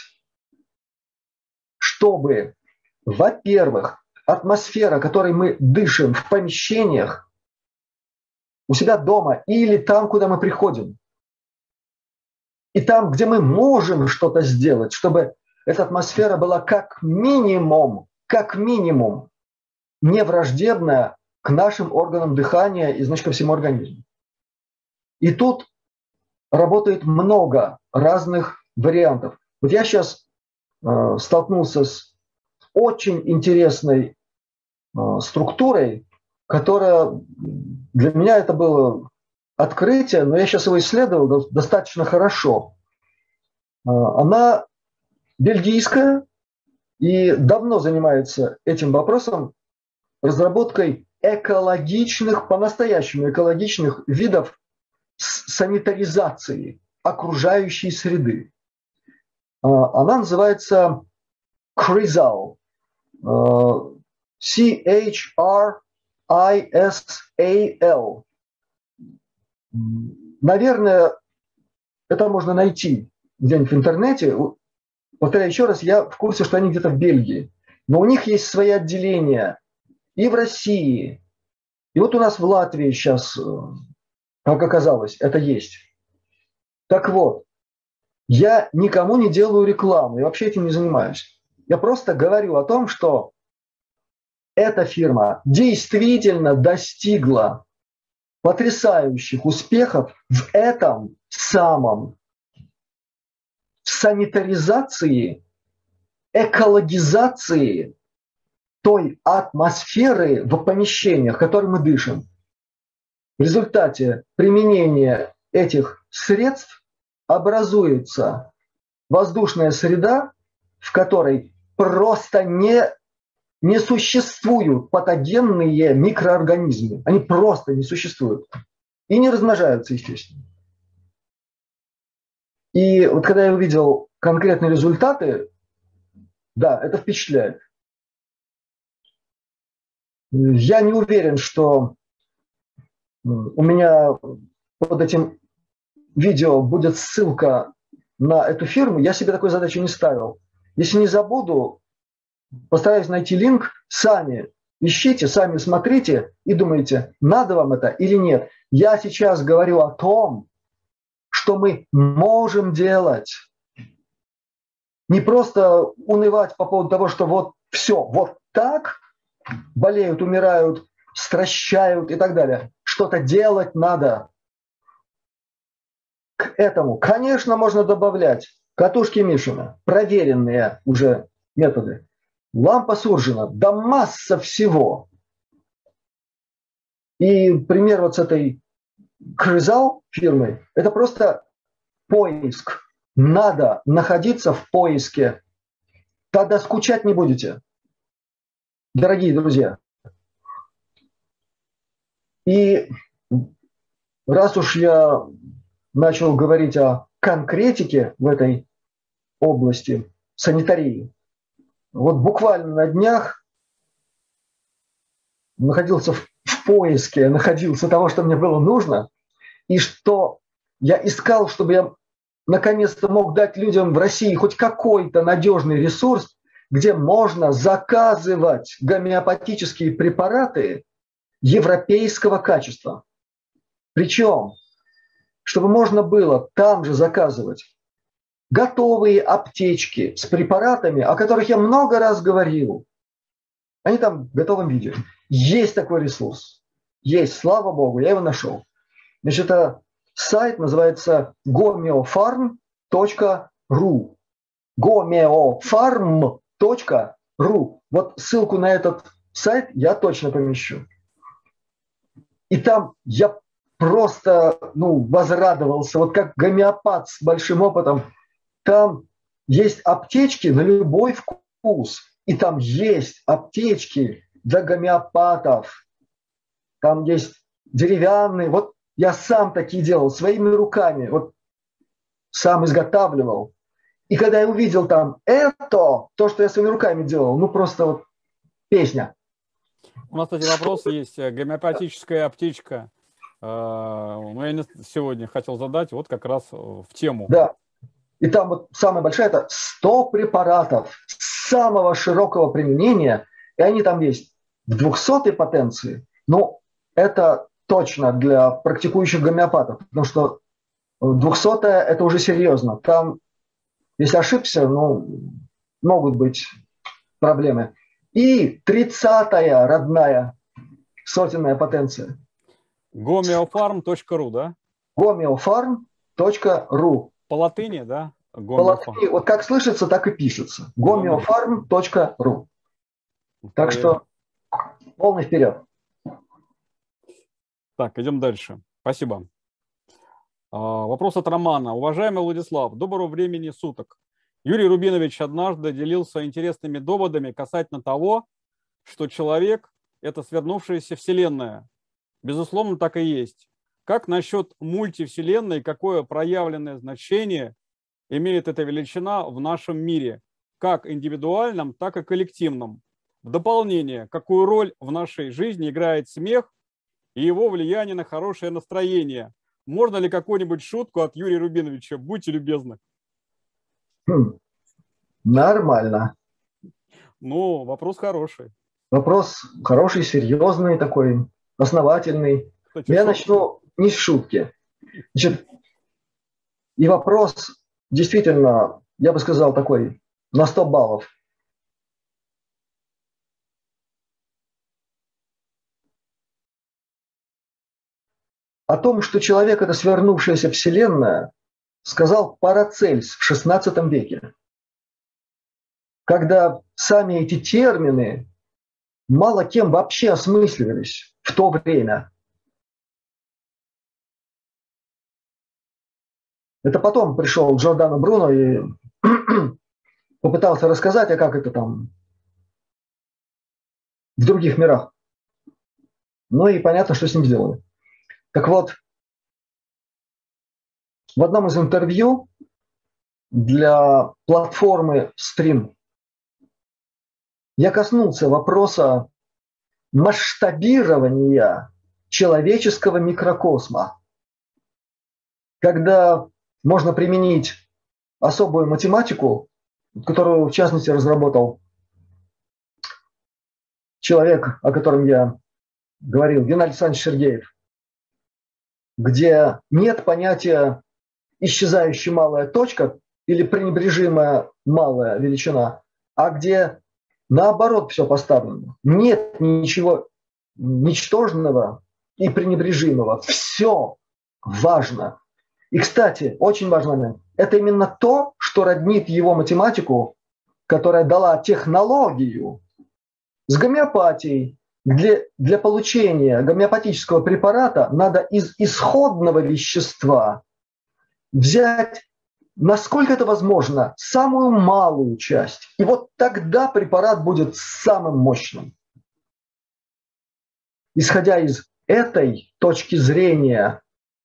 чтобы, во-первых, атмосфера, которой мы дышим в помещениях, у себя дома или там, куда мы приходим, и там, где мы можем что-то сделать, чтобы эта атмосфера была как минимум не враждебная к нашим органам дыхания и, значит, ко всему организму. И тут работает много разных вариантов. Вот я сейчас столкнулся с очень интересной структурой, которая для меня это было открытие, но я сейчас его исследовал достаточно хорошо. Она бельгийская и давно занимается этим вопросом, разработкой экологичных, по-настоящему экологичных видов санитаризации окружающей среды. Она называется CHRISAL. CHRISAL. Наверное, это можно найти где-нибудь в интернете. Повторяю еще раз, я в курсе, что они где-то в Бельгии. Но у них есть свои отделения и в России. И вот у нас в Латвии сейчас, как оказалось, это есть. Так вот, Я никому не делаю рекламу, я вообще этим не занимаюсь. Я просто говорю о том, что эта фирма действительно достигла потрясающих успехов в этом самом санитаризации, экологизации той атмосферы в помещениях, которой мы дышим. В результате применения этих средств образуется воздушная среда, в которой просто не существуют патогенные микроорганизмы. Они просто не существуют. И не размножаются, естественно. И вот когда я увидел конкретные результаты, да, это впечатляет. Я не уверен, что у меня под этим видео будет ссылка на эту фирму. Я себе такой задачи не ставил. Если не забуду, постараюсь найти линк. Сами ищите, сами смотрите и думайте, надо вам это или нет. Я сейчас говорю о том, что мы можем делать. Не просто унывать по поводу того, что вот все, вот так болеют, умирают, стращают и так далее. Что-то делать надо. К этому, конечно, можно добавлять катушки Мишина, проверенные уже методы. Лампа Суржина, да масса всего. И пример вот с этой Крызал фирмы, это просто поиск. Надо находиться в поиске. Тогда скучать не будете, дорогие друзья. И раз уж я начал говорить о конкретике в этой области санитарии, вот буквально на днях находился в поиске, находился того, что мне было нужно, и что я искал, чтобы я наконец-то мог дать людям в России хоть какой-то надежный ресурс, где можно заказывать гомеопатические препараты европейского качества. Причем, чтобы можно было там же заказывать готовые аптечки с препаратами, о которых я много раз говорил. Они там в готовом виде. Есть такой ресурс. Есть, слава богу, я его нашел. Значит, это сайт называется gomeofarm.ru. gomeofarm.ru. Вот ссылку на этот сайт я точно помещу. И там я просто возрадовался, вот как гомеопат с большим опытом. Там есть аптечки на любой вкус. И там есть аптечки для гомеопатов. Там есть деревянные. Вот я сам такие делал своими руками. Вот сам изготавливал. И когда я увидел там то, что я своими руками делал, просто вот песня. У нас, кстати, вопрос есть. Гомеопатическая аптечка. Я сегодня хотел задать вот как раз в тему. Да. И там вот самая большая – это 100 препаратов самого широкого применения. И они там есть в 200-й потенции. Но это точно для практикующих гомеопатов. Потому что 200-я – это уже серьезно. Там, если ошибся, могут быть проблемы. И 30-я родная сотенная потенция. Gomeofarm.ru, да? Gomeofarm.ru. По латыни, да? По латыни, вот как слышится, так и пишется. Gomeofarm.ru. Так что полный вперед. Так, идем дальше. Спасибо. Вопрос от Романа. Уважаемый Владислав, доброго времени суток. Юрий Рубинович однажды делился интересными доводами касательно того, что человек – это свернувшаяся вселенная. Безусловно, так и есть. Как насчет мультивселенной, какое проявленное значение имеет эта величина в нашем мире, как индивидуальном, так и коллективном? В дополнение, какую роль в нашей жизни играет смех и его влияние на хорошее настроение? Можно ли какую-нибудь шутку от Юрия Рубиновича? Будьте любезны. Нормально. Вопрос хороший. Вопрос хороший, серьезный такой, основательный. Я начну не с шутки. Значит, и вопрос действительно, я бы сказал, такой на 100 баллов. О том, что человек – это свернувшаяся вселенная, сказал Парацельс в XVI веке, когда сами эти термины мало кем вообще осмысливались в то время. Это потом пришел Джордано Бруно и попытался рассказать, а как это там в других мирах. Ну и понятно, что с ним сделали. Так вот, в одном из интервью для платформы Stream я коснулся вопроса масштабирования человеческого микрокосма, когда можно применить особую математику, которую, в частности, разработал человек, о котором я говорил, Геннадий Александрович Сергеев, где нет понятия исчезающая малая точка или пренебрежимая малая величина, а где наоборот все поставлено. Нет ничего ничтожного и пренебрежимого. Все важно. И, кстати, очень важный момент. Это именно то, что роднит его математику, которая дала технологию с гомеопатией. Для получения гомеопатического препарата надо из исходного вещества взять, насколько это возможно, самую малую часть. И вот тогда препарат будет самым мощным. Исходя из этой точки зрения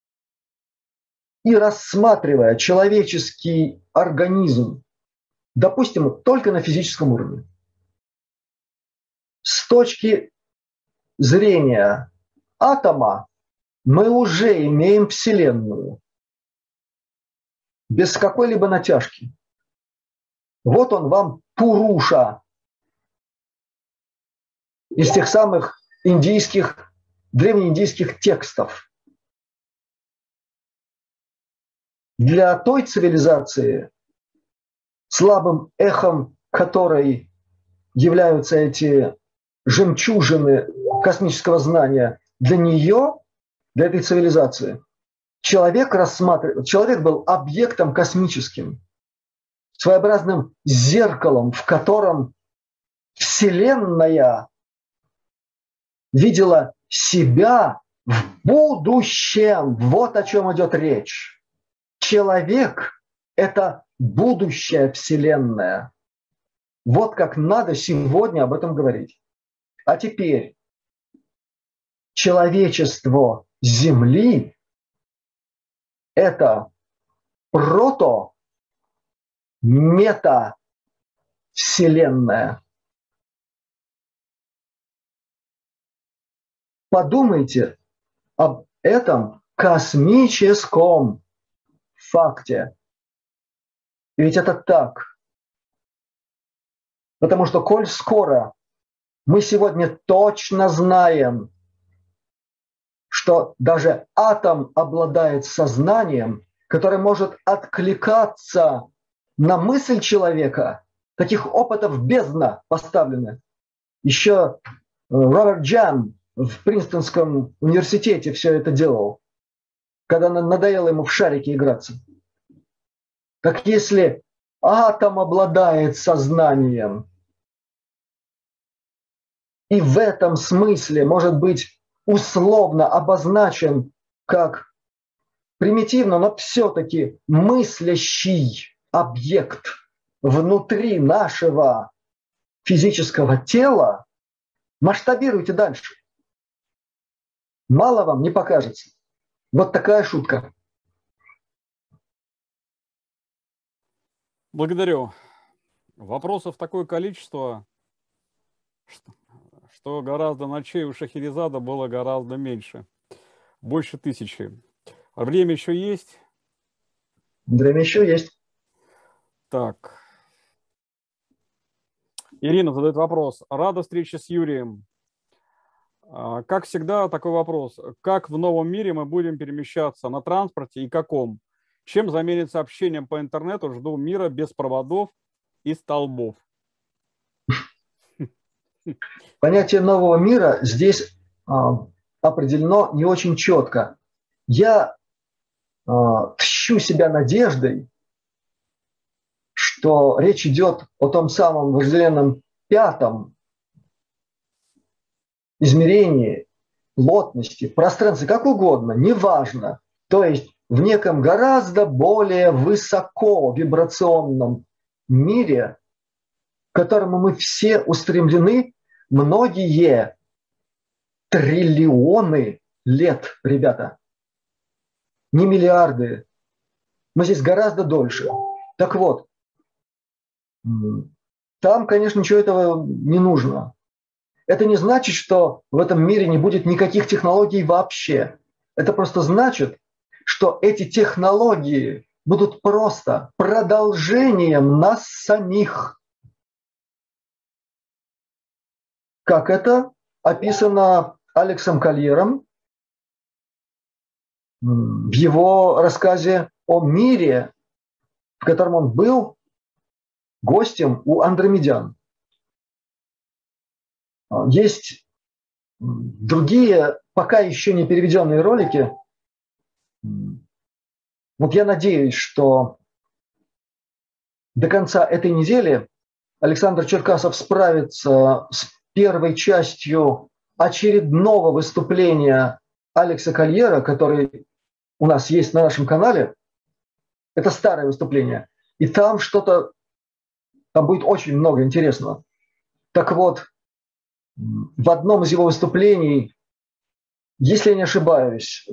и рассматривая человеческий организм, допустим, только на физическом уровне, с точки зрения атома мы уже имеем Вселенную без какой-либо натяжки. Вот он вам Пуруша из тех самых древнеиндийских текстов. Для той цивилизации, слабым эхом которой являются эти жемчужины космического знания, для нее, для этой цивилизации, человек был объектом космическим, своеобразным зеркалом, в котором Вселенная видела себя в будущем. Вот о чем идет речь. Человек – это будущая Вселенная. Вот как надо сегодня об этом говорить. А теперь человечество Земли – это прото-мета-вселенная. Подумайте об этом космическом факте. Ведь это так. Потому что, коль скоро мы сегодня точно знаем, что даже атом обладает сознанием, которое может откликаться на мысль человека, таких опытов бездна поставлены. Еще Роберт Джан в Принстонском университете все это делал, когда надоело ему в шарики играться. Так если атом обладает сознанием, и в этом смысле может быть условно обозначен как примитивно, но все-таки мыслящий объект внутри нашего физического тела, масштабируйте дальше. Мало вам не покажется. Вот такая шутка. Благодарю. Вопросов такое количество, что гораздо ночей у Шахерезада было гораздо меньше. Больше 1000. Время еще есть? Время еще есть. Так. Ирина задает вопрос. Рада встрече с Юрием. Как всегда, такой вопрос. Как в новом мире мы будем перемещаться на транспорте и каком? Чем заменится общением по интернету? Жду мира без проводов и столбов. Понятие нового мира здесь определено не очень четко. Я тщу себя надеждой, что речь идет о том самом вожделенном пятом измерении, плотности, пространстве, как угодно, неважно. То есть в неком гораздо более высоко вибрационном мире, к которому мы все устремлены многие триллионы лет, ребята. Не миллиарды. Мы здесь гораздо дольше. Так вот, там, конечно, ничего этого не нужно. Это не значит, что в этом мире не будет никаких технологий вообще. Это просто значит, что эти технологии будут просто продолжением нас самих. Как это описано Алексом Кольером в его рассказе о мире, в котором он был гостем у андромедян. Есть другие, пока еще не переведенные ролики. Вот я надеюсь, что до конца этой недели Александр Черкасов справится с первой частью очередного выступления Алекса Кольера, который у нас есть на нашем канале. Это старое выступление. И там там будет очень много интересного. Так вот, в одном из его выступлений, если я не ошибаюсь,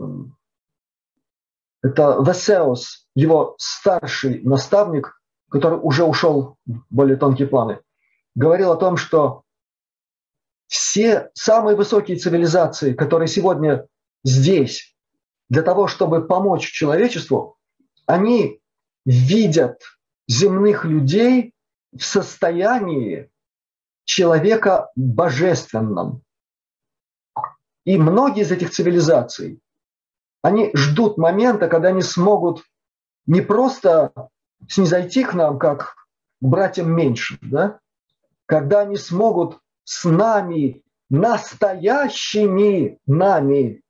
это Весеус, его старший наставник, который уже ушел в более тонкие планы, говорил о том, что все самые высокие цивилизации, которые сегодня здесь, для того, чтобы помочь человечеству, они видят земных людей в состоянии человека божественном. И многие из этих цивилизаций, они ждут момента, когда они смогут не просто снизойти к нам, как к братьям меньшим, да? Когда они смогут с нами, настоящими нами,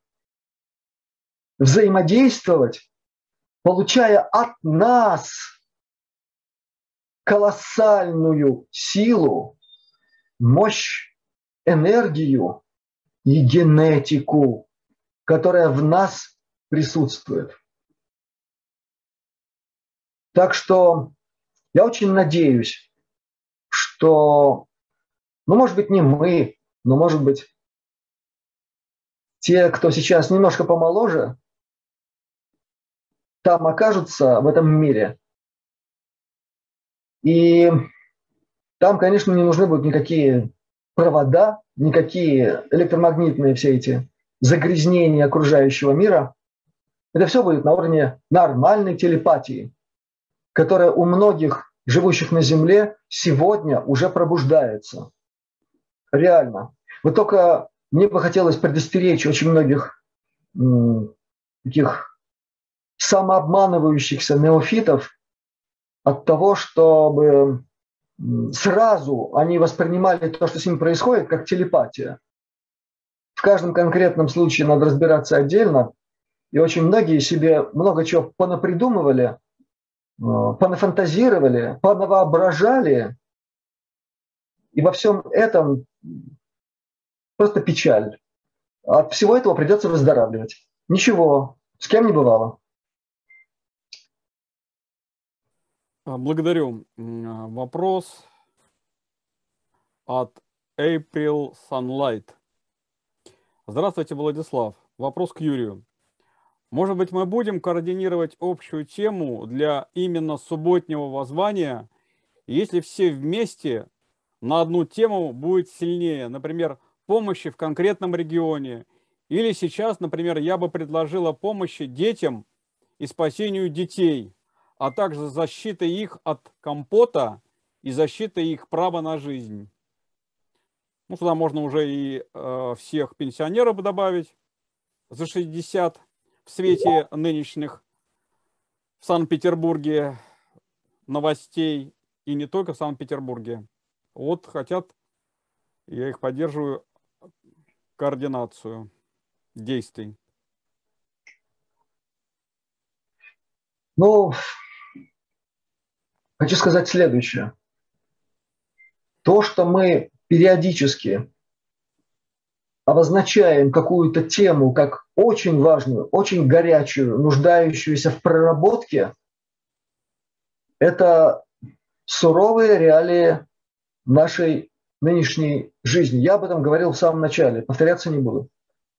взаимодействовать, получая от нас колоссальную силу, мощь, энергию и генетику, которая в нас присутствует. Так что я очень надеюсь, что, может быть, не мы, но, может быть, те, кто сейчас немножко помоложе, там окажутся в этом мире. И там, конечно, не нужны будут никакие провода, никакие электромагнитные все эти загрязнения окружающего мира. Это все будет на уровне нормальной телепатии, которая у многих живущих на Земле сегодня уже пробуждается. Реально. Вот только мне бы хотелось предостеречь очень многих таких самообманывающихся неофитов от того, чтобы сразу они воспринимали то, что с ними происходит, как телепатия. В каждом конкретном случае надо разбираться отдельно. И очень многие себе много чего понапридумывали, понафантазировали, понавоображали. И во всем этом просто печаль. От всего этого придется выздоравливать. Ничего, с кем не бывало. Благодарю. Вопрос от April Sunlight. Здравствуйте, Владислав. Вопрос к Юрию. Может быть, мы будем координировать общую тему для именно субботнего воззвания, если все вместе на одну тему будет сильнее, например, помощи в конкретном регионе, или сейчас, например, я бы предложила помощи детям и спасению детей, а также защиты их от компота и защиты их права на жизнь. Ну, сюда можно уже и всех пенсионеров добавить за 60 в свете нынешних в Санкт-Петербурге новостей, и не только в Санкт-Петербурге. Вот хотят, я их поддерживаю, координацию действий. Ну, хочу сказать следующее. То, что мы периодически обозначаем какую-то тему как очень важную, очень горячую, нуждающуюся в проработке, это суровые реалии нашей нынешней жизни. Я об этом говорил в самом начале, повторяться не буду.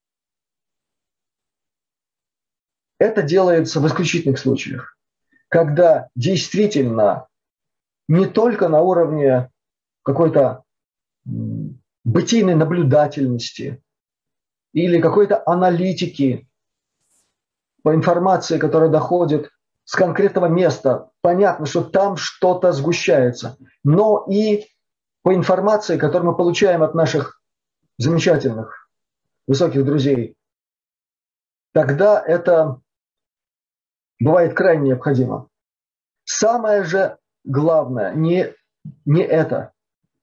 Это делается в исключительных случаях, когда действительно не только на уровне какой-то бытийной наблюдательности или какой-то аналитики по информации, которая доходит с конкретного места, понятно, что там что-то сгущается, но и по информации, которую мы получаем от наших замечательных, высоких друзей, тогда это бывает крайне необходимо. Самое же главное не это.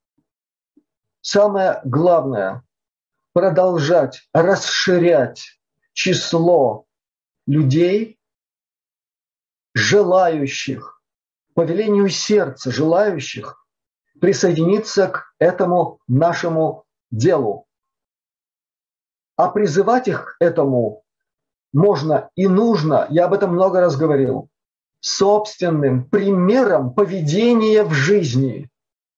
Самое главное – продолжать расширять число людей, желающих, по велению сердца, желающих присоединиться к этому нашему делу. А призывать их к этому можно и нужно, я об этом много раз говорил, собственным примером поведения в жизни.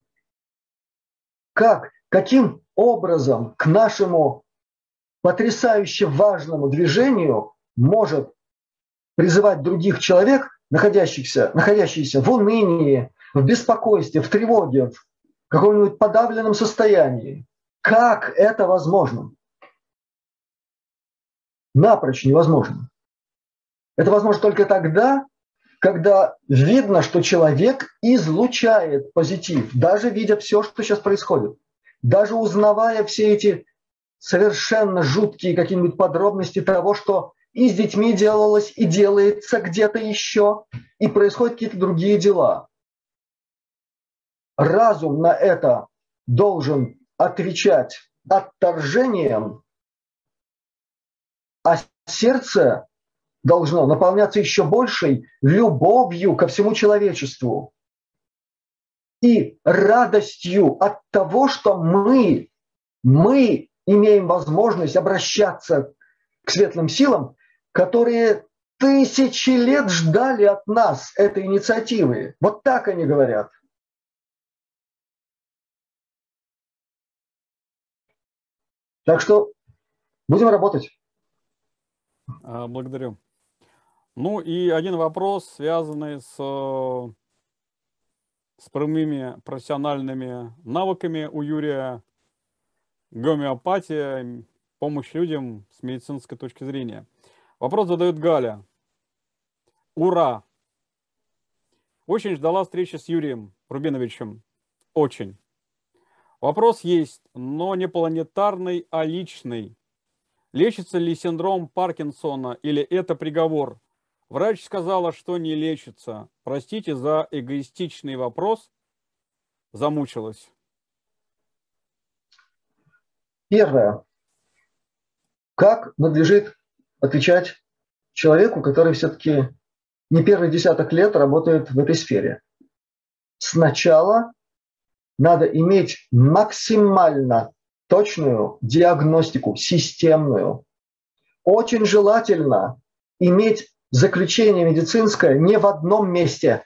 Каким образом к нашему потрясающе важному движению может призывать других человек, находящихся в унынии, в беспокойстве, в тревоге, в каком-нибудь подавленном состоянии. Как это возможно? Напрочь невозможно. Это возможно только тогда, когда видно, что человек излучает позитив, даже видя все, что сейчас происходит, даже узнавая все эти совершенно жуткие какие-нибудь подробности того, что и с детьми делалось, и делается где-то еще, и происходят какие-то другие дела. Разум на это должен отвечать отторжением, а сердце должно наполняться еще большей любовью ко всему человечеству и радостью от того, что мы имеем возможность обращаться к светлым силам, которые тысячи лет ждали от нас этой инициативы. Вот так они говорят. Так что будем работать. Благодарю. Ну и один вопрос, связанный с прямыми профессиональными навыками у Юрия. Гомеопатия, помощь людям с медицинской точки зрения. Вопрос задает Галя. Ура! Очень ждала встречи с Юрием Рубиновичем. Очень. Вопрос есть, но не планетарный, а личный. Лечится ли синдром Паркинсона или это приговор? Врач сказала, что не лечится. Простите за эгоистичный вопрос. Замучилась. Первое. Как надлежит отвечать человеку, который все-таки не первый десяток лет работает в этой сфере? Сначала надо иметь максимально точную диагностику, системную. Очень желательно иметь заключение медицинское не в одном месте.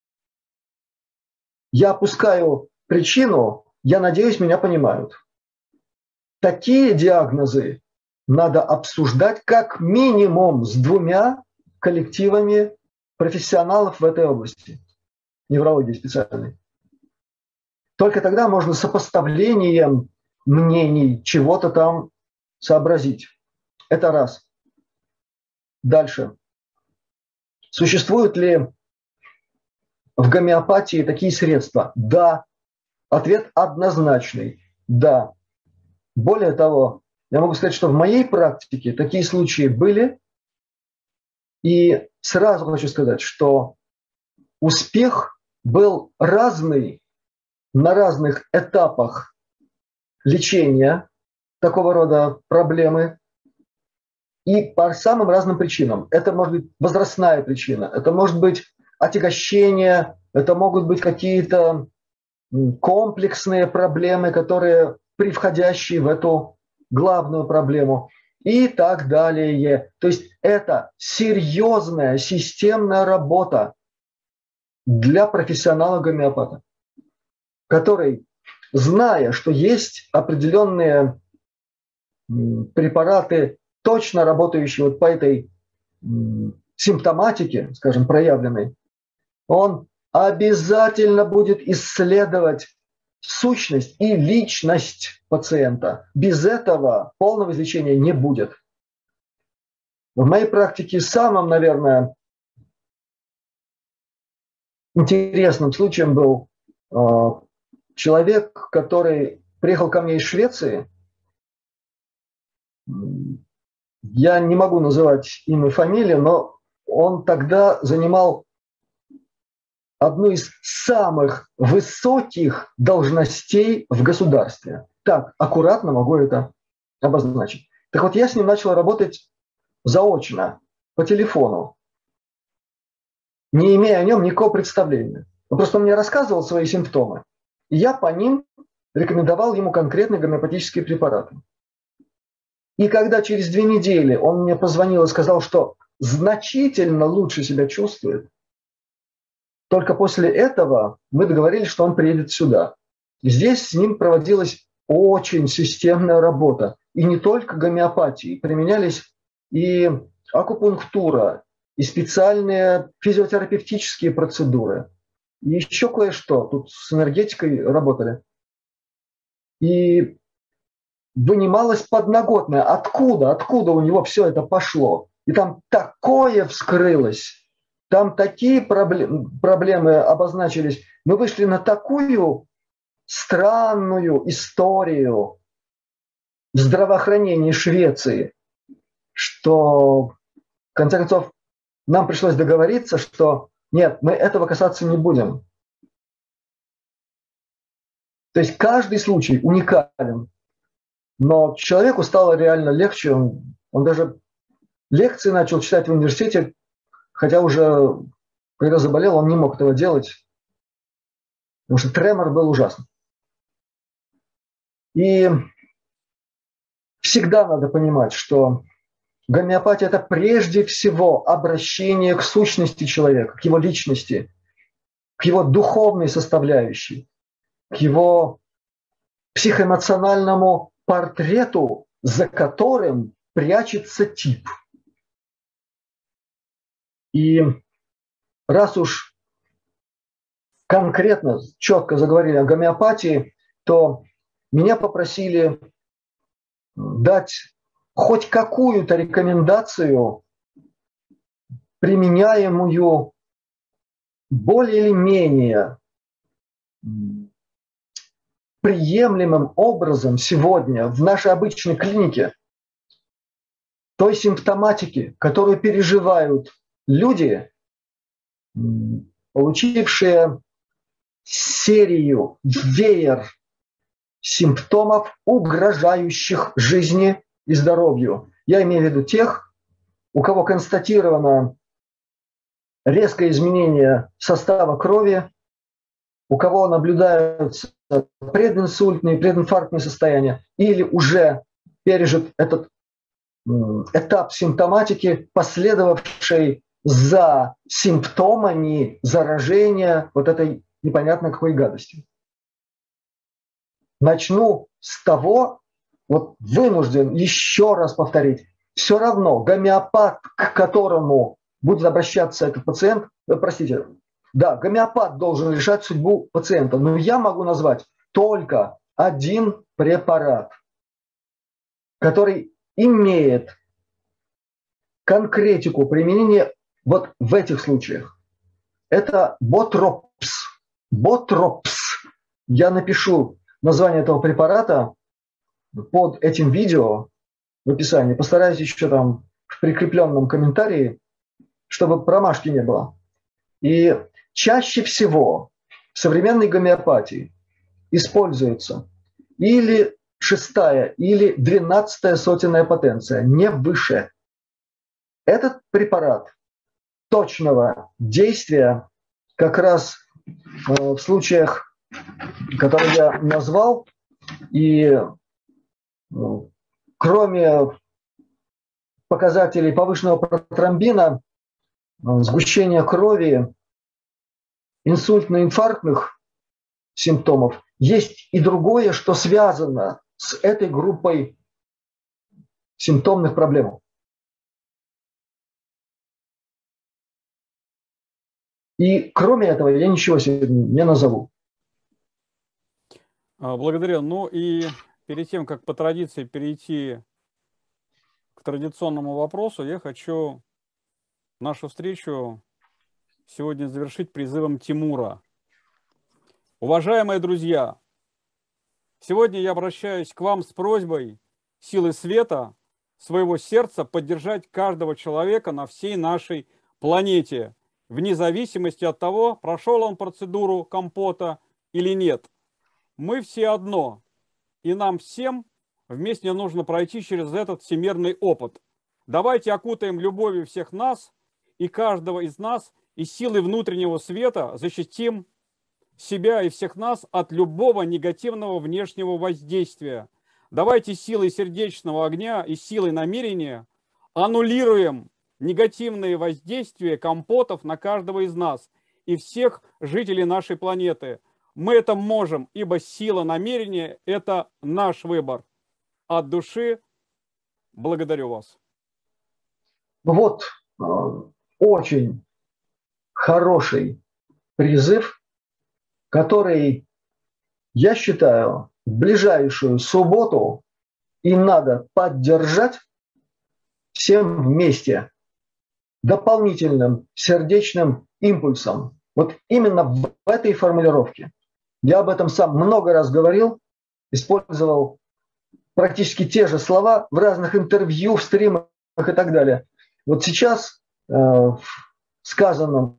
Я опускаю причину, я надеюсь, меня понимают. Такие диагнозы надо обсуждать как минимум с 2 коллективами профессионалов в этой области, неврологии специальной. Только тогда можно сопоставлением мнений чего-то там сообразить. Это раз. Дальше. Существуют ли в гомеопатии такие средства? Да. Ответ однозначный. Да. Более того, я могу сказать, что в моей практике такие случаи были, И сразу хочу сказать, что успех был разный на разных этапах лечения такого рода проблемы и по самым разным причинам. Это может быть возрастная причина, это может быть отягощение, это могут быть какие-то комплексные проблемы, которые превходящие в эту главную проблему и так далее. То есть это серьезная системная работа для профессионала-гомеопата, который, зная, что есть определенные препараты, точно работающие вот по этой симптоматике, скажем, проявленной, он обязательно будет исследовать сущность и личность пациента. Без этого полного излечения не будет. В моей практике самым, наверное, интересным случаем был человек, который приехал ко мне из Швеции. Я не могу называть имя и фамилию, но он тогда занимал одну из самых высоких должностей в государстве. Так, аккуратно могу это обозначить. Так вот, я с ним начал работать заочно, по телефону, не имея о нем никакого представления. Просто он мне рассказывал свои симптомы, и я по ним рекомендовал ему конкретные гомеопатические препараты. И когда через 2 недели он мне позвонил и сказал, что значительно лучше себя чувствует, только после этого мы договорились, что он приедет сюда. И здесь с ним проводилась очень системная работа. И не только гомеопатии. Применялись и акупунктура, и специальные физиотерапевтические процедуры. И еще кое-что. Тут с энергетикой работали. И вынималось подноготное. Откуда у него все это пошло? И там такое вскрылось. Там такие проблемы обозначились. Мы вышли на такую странную историю в здравоохранении Швеции, что, в конце концов, нам пришлось договориться, что нет, мы этого касаться не будем. То есть каждый случай уникален. Но человеку стало реально легче. Он даже лекции начал читать в университете, хотя уже, когда заболел, он не мог этого делать, потому что тремор был ужасный. И всегда надо понимать, что гомеопатия – это прежде всего обращение к сущности человека, к его личности, к его духовной составляющей, к его психоэмоциональному портрету, за которым прячется тип. И раз уж конкретно, четко заговорили о гомеопатии, то меня попросили дать хоть какую-то рекомендацию, применяемую более или менее приемлемым образом сегодня в нашей обычной клинике, той симптоматики, которую переживают люди, получившие серию, веер симптомов, угрожающих жизни и здоровью. Я имею в виду тех, у кого констатировано резкое изменение состава крови, у кого наблюдаются прединсультные, прединфарктные состояния, или уже пережит этот этап симптоматики, последовавший за симптомами заражения вот этой непонятно какой гадостью. Начну с того, вот вынужден еще раз повторить, все равно гомеопат, к которому будет обращаться этот пациент, да, гомеопат должен решать судьбу пациента, но я могу назвать только один препарат, который имеет конкретику применения вот в этих случаях. Это ботропс. Ботропс. Я напишу название этого препарата под этим видео в описании. Постараюсь еще там в прикрепленном комментарии чтобы промашки не было. И чаще всего в современной гомеопатии используется или 6-я, или 12-я сотенная потенция, не выше. Этот препарат точного действия как раз в случаях, которые я назвал, и кроме показателей повышенного протромбина, сгущения крови, инсультно-инфарктных симптомов, есть и другое, что связано с этой группой симптомных проблем. И кроме этого я ничего себе не назову. Благодарю. Ну и перед тем, как по традиции перейти к традиционному вопросу, я хочу нашу встречу сегодня завершить призывом Тимура. Уважаемые друзья, сегодня я обращаюсь к вам с просьбой силы света своего сердца поддержать каждого человека на всей нашей планете, вне зависимости от того, прошел он процедуру компота или нет. Мы все одно, и нам всем вместе нужно пройти через этот всемирный опыт. Давайте окутаем любовью всех нас и каждого из нас, и силой внутреннего света защитим себя и всех нас от любого негативного внешнего воздействия. Давайте силой сердечного огня и силой намерения аннулируем негативные воздействия компотов на каждого из нас и всех жителей нашей планеты. Мы это можем, ибо сила намерения – это наш выбор. От души благодарю вас. Вот очень хороший призыв, который, я считаю, в ближайшую субботу и надо поддержать всем вместе дополнительным сердечным импульсом. Вот именно в этой формулировке. Я об этом сам много раз говорил, использовал практически те же слова в разных интервью, в стримах и так далее. Вот сейчас в сказанном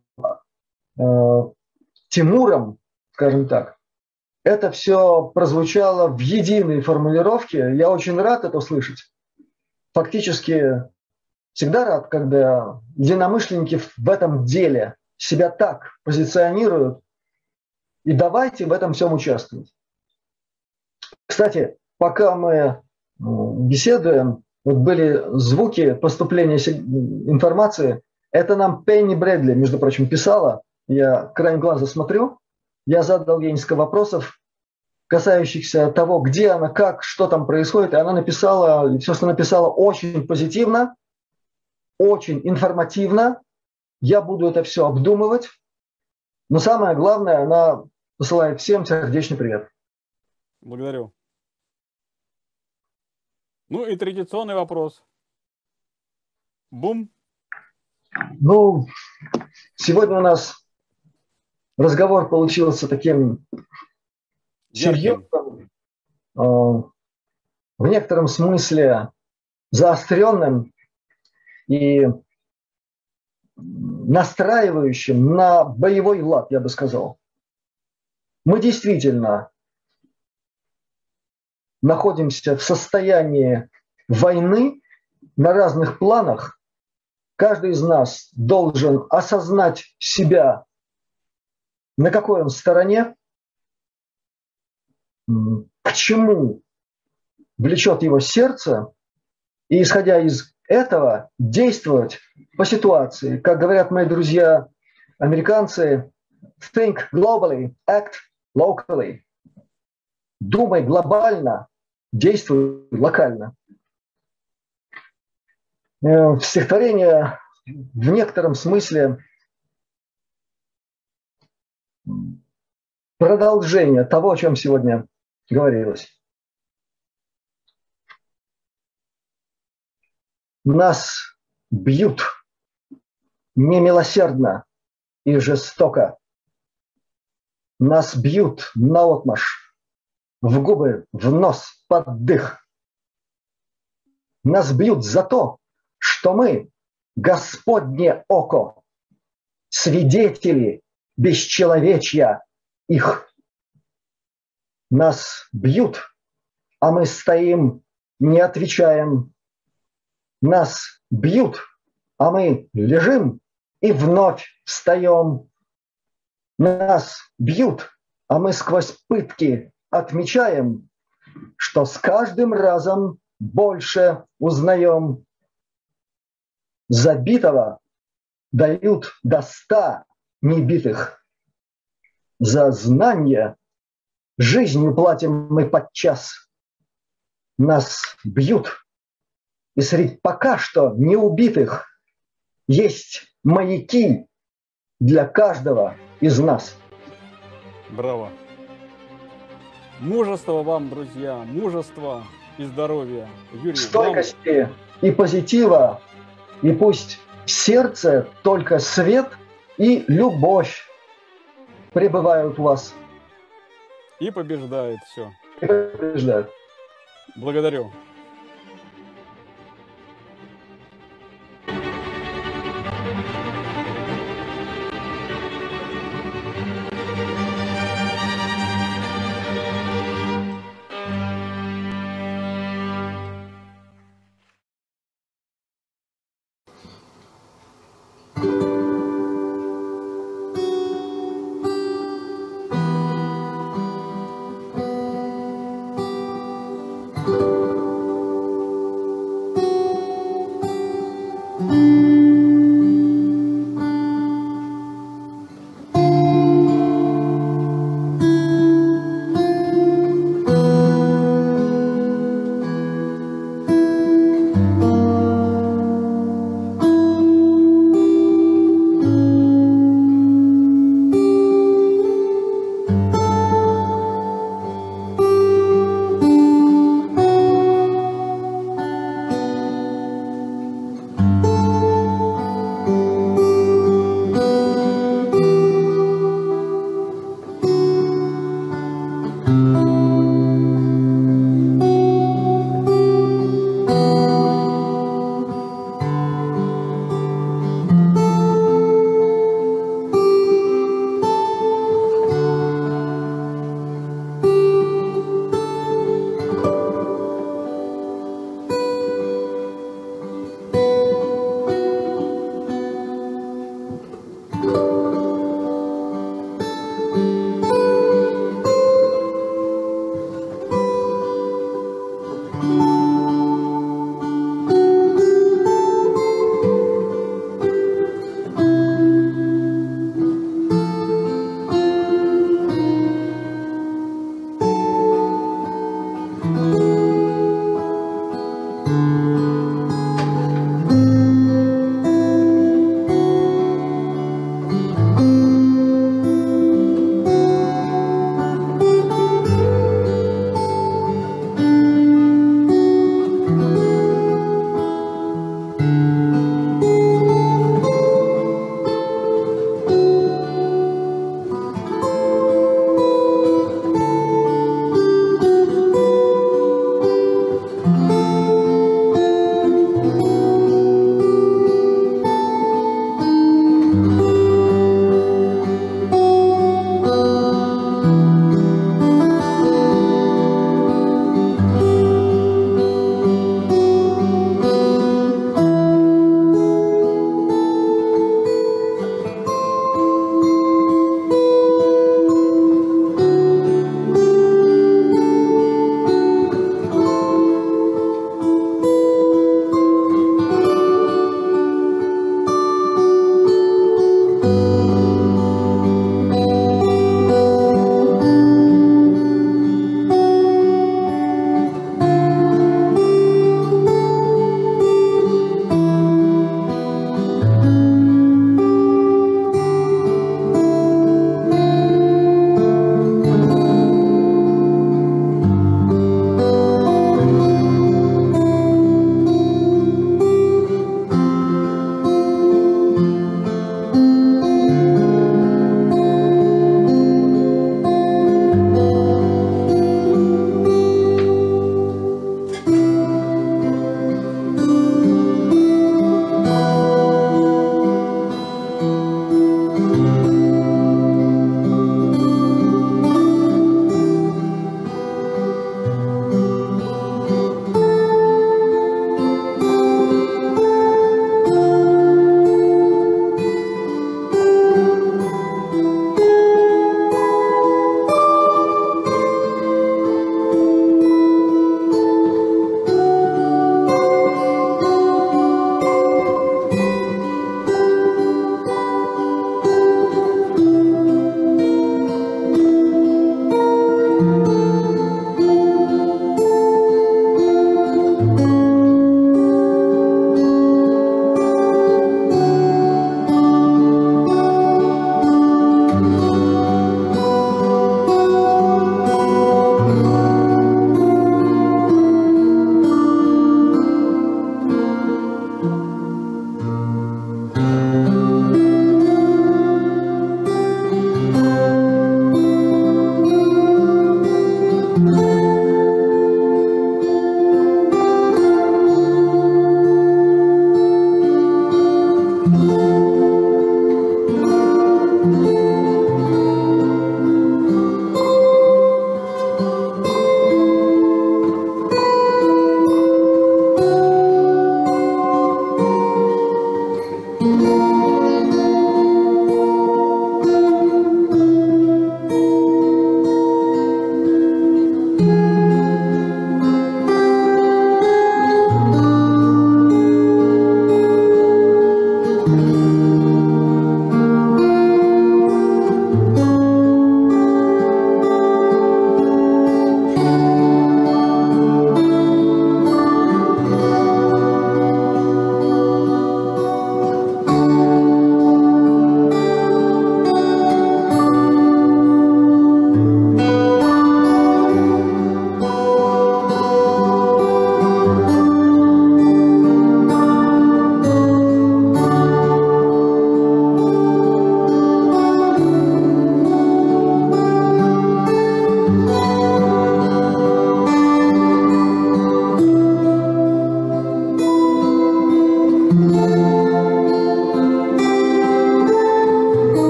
Тимуром, скажем так, это все прозвучало в единой формулировке. Я очень рад это слышать. Фактически всегда рад, когда единомышленники в этом деле себя так позиционируют. И давайте в этом всем участвовать. Кстати, пока мы беседуем, вот были звуки поступления информации. Это нам Пенни Брэдли, между прочим, писала. Я краем глаза смотрю. Я задал ей несколько вопросов, касающихся того, где она, как, что там происходит. И она написала, все, что написала, очень позитивно, очень информативно. Я буду это все обдумывать. Но самое главное, она посылает всем сердечный привет. Благодарю. Ну и традиционный вопрос. Бум. Ну, сегодня у нас разговор получился таким серьезным, в некотором смысле заостренным и настраивающим на боевой лад, я бы сказал. Мы действительно находимся в состоянии войны на разных планах. Каждый из нас должен осознать себя, на какой он стороне, к чему влечет его сердце, и, исходя из этого, действовать по ситуации. Как говорят мои друзья американцы, think globally, act locally. Думай глобально, действуй локально. Стихотворение в некотором смысле продолжение того, о чем сегодня говорилось. Нас бьют немилосердно и жестоко. Нас бьют наотмашь, в губы, в нос, под дых. Нас бьют за то, что мы Господне око, свидетели бесчеловечья их. Нас бьют, а мы стоим, не отвечаем. Нас бьют, а мы лежим и вновь встаем. Нас бьют, а мы сквозь пытки отмечаем, что с каждым разом больше узнаем. Забитого дают до 100 небитых. За знание жизнью платим мы подчас. Нас бьют, и среди пока что неубитых есть маяки для каждого из нас. Браво. Мужества вам, друзья, мужества и здоровья. Юрий, стойкости и позитива, и пусть в сердце только свет и любовь пребывают у вас. И побеждает все. И побеждают. Благодарю.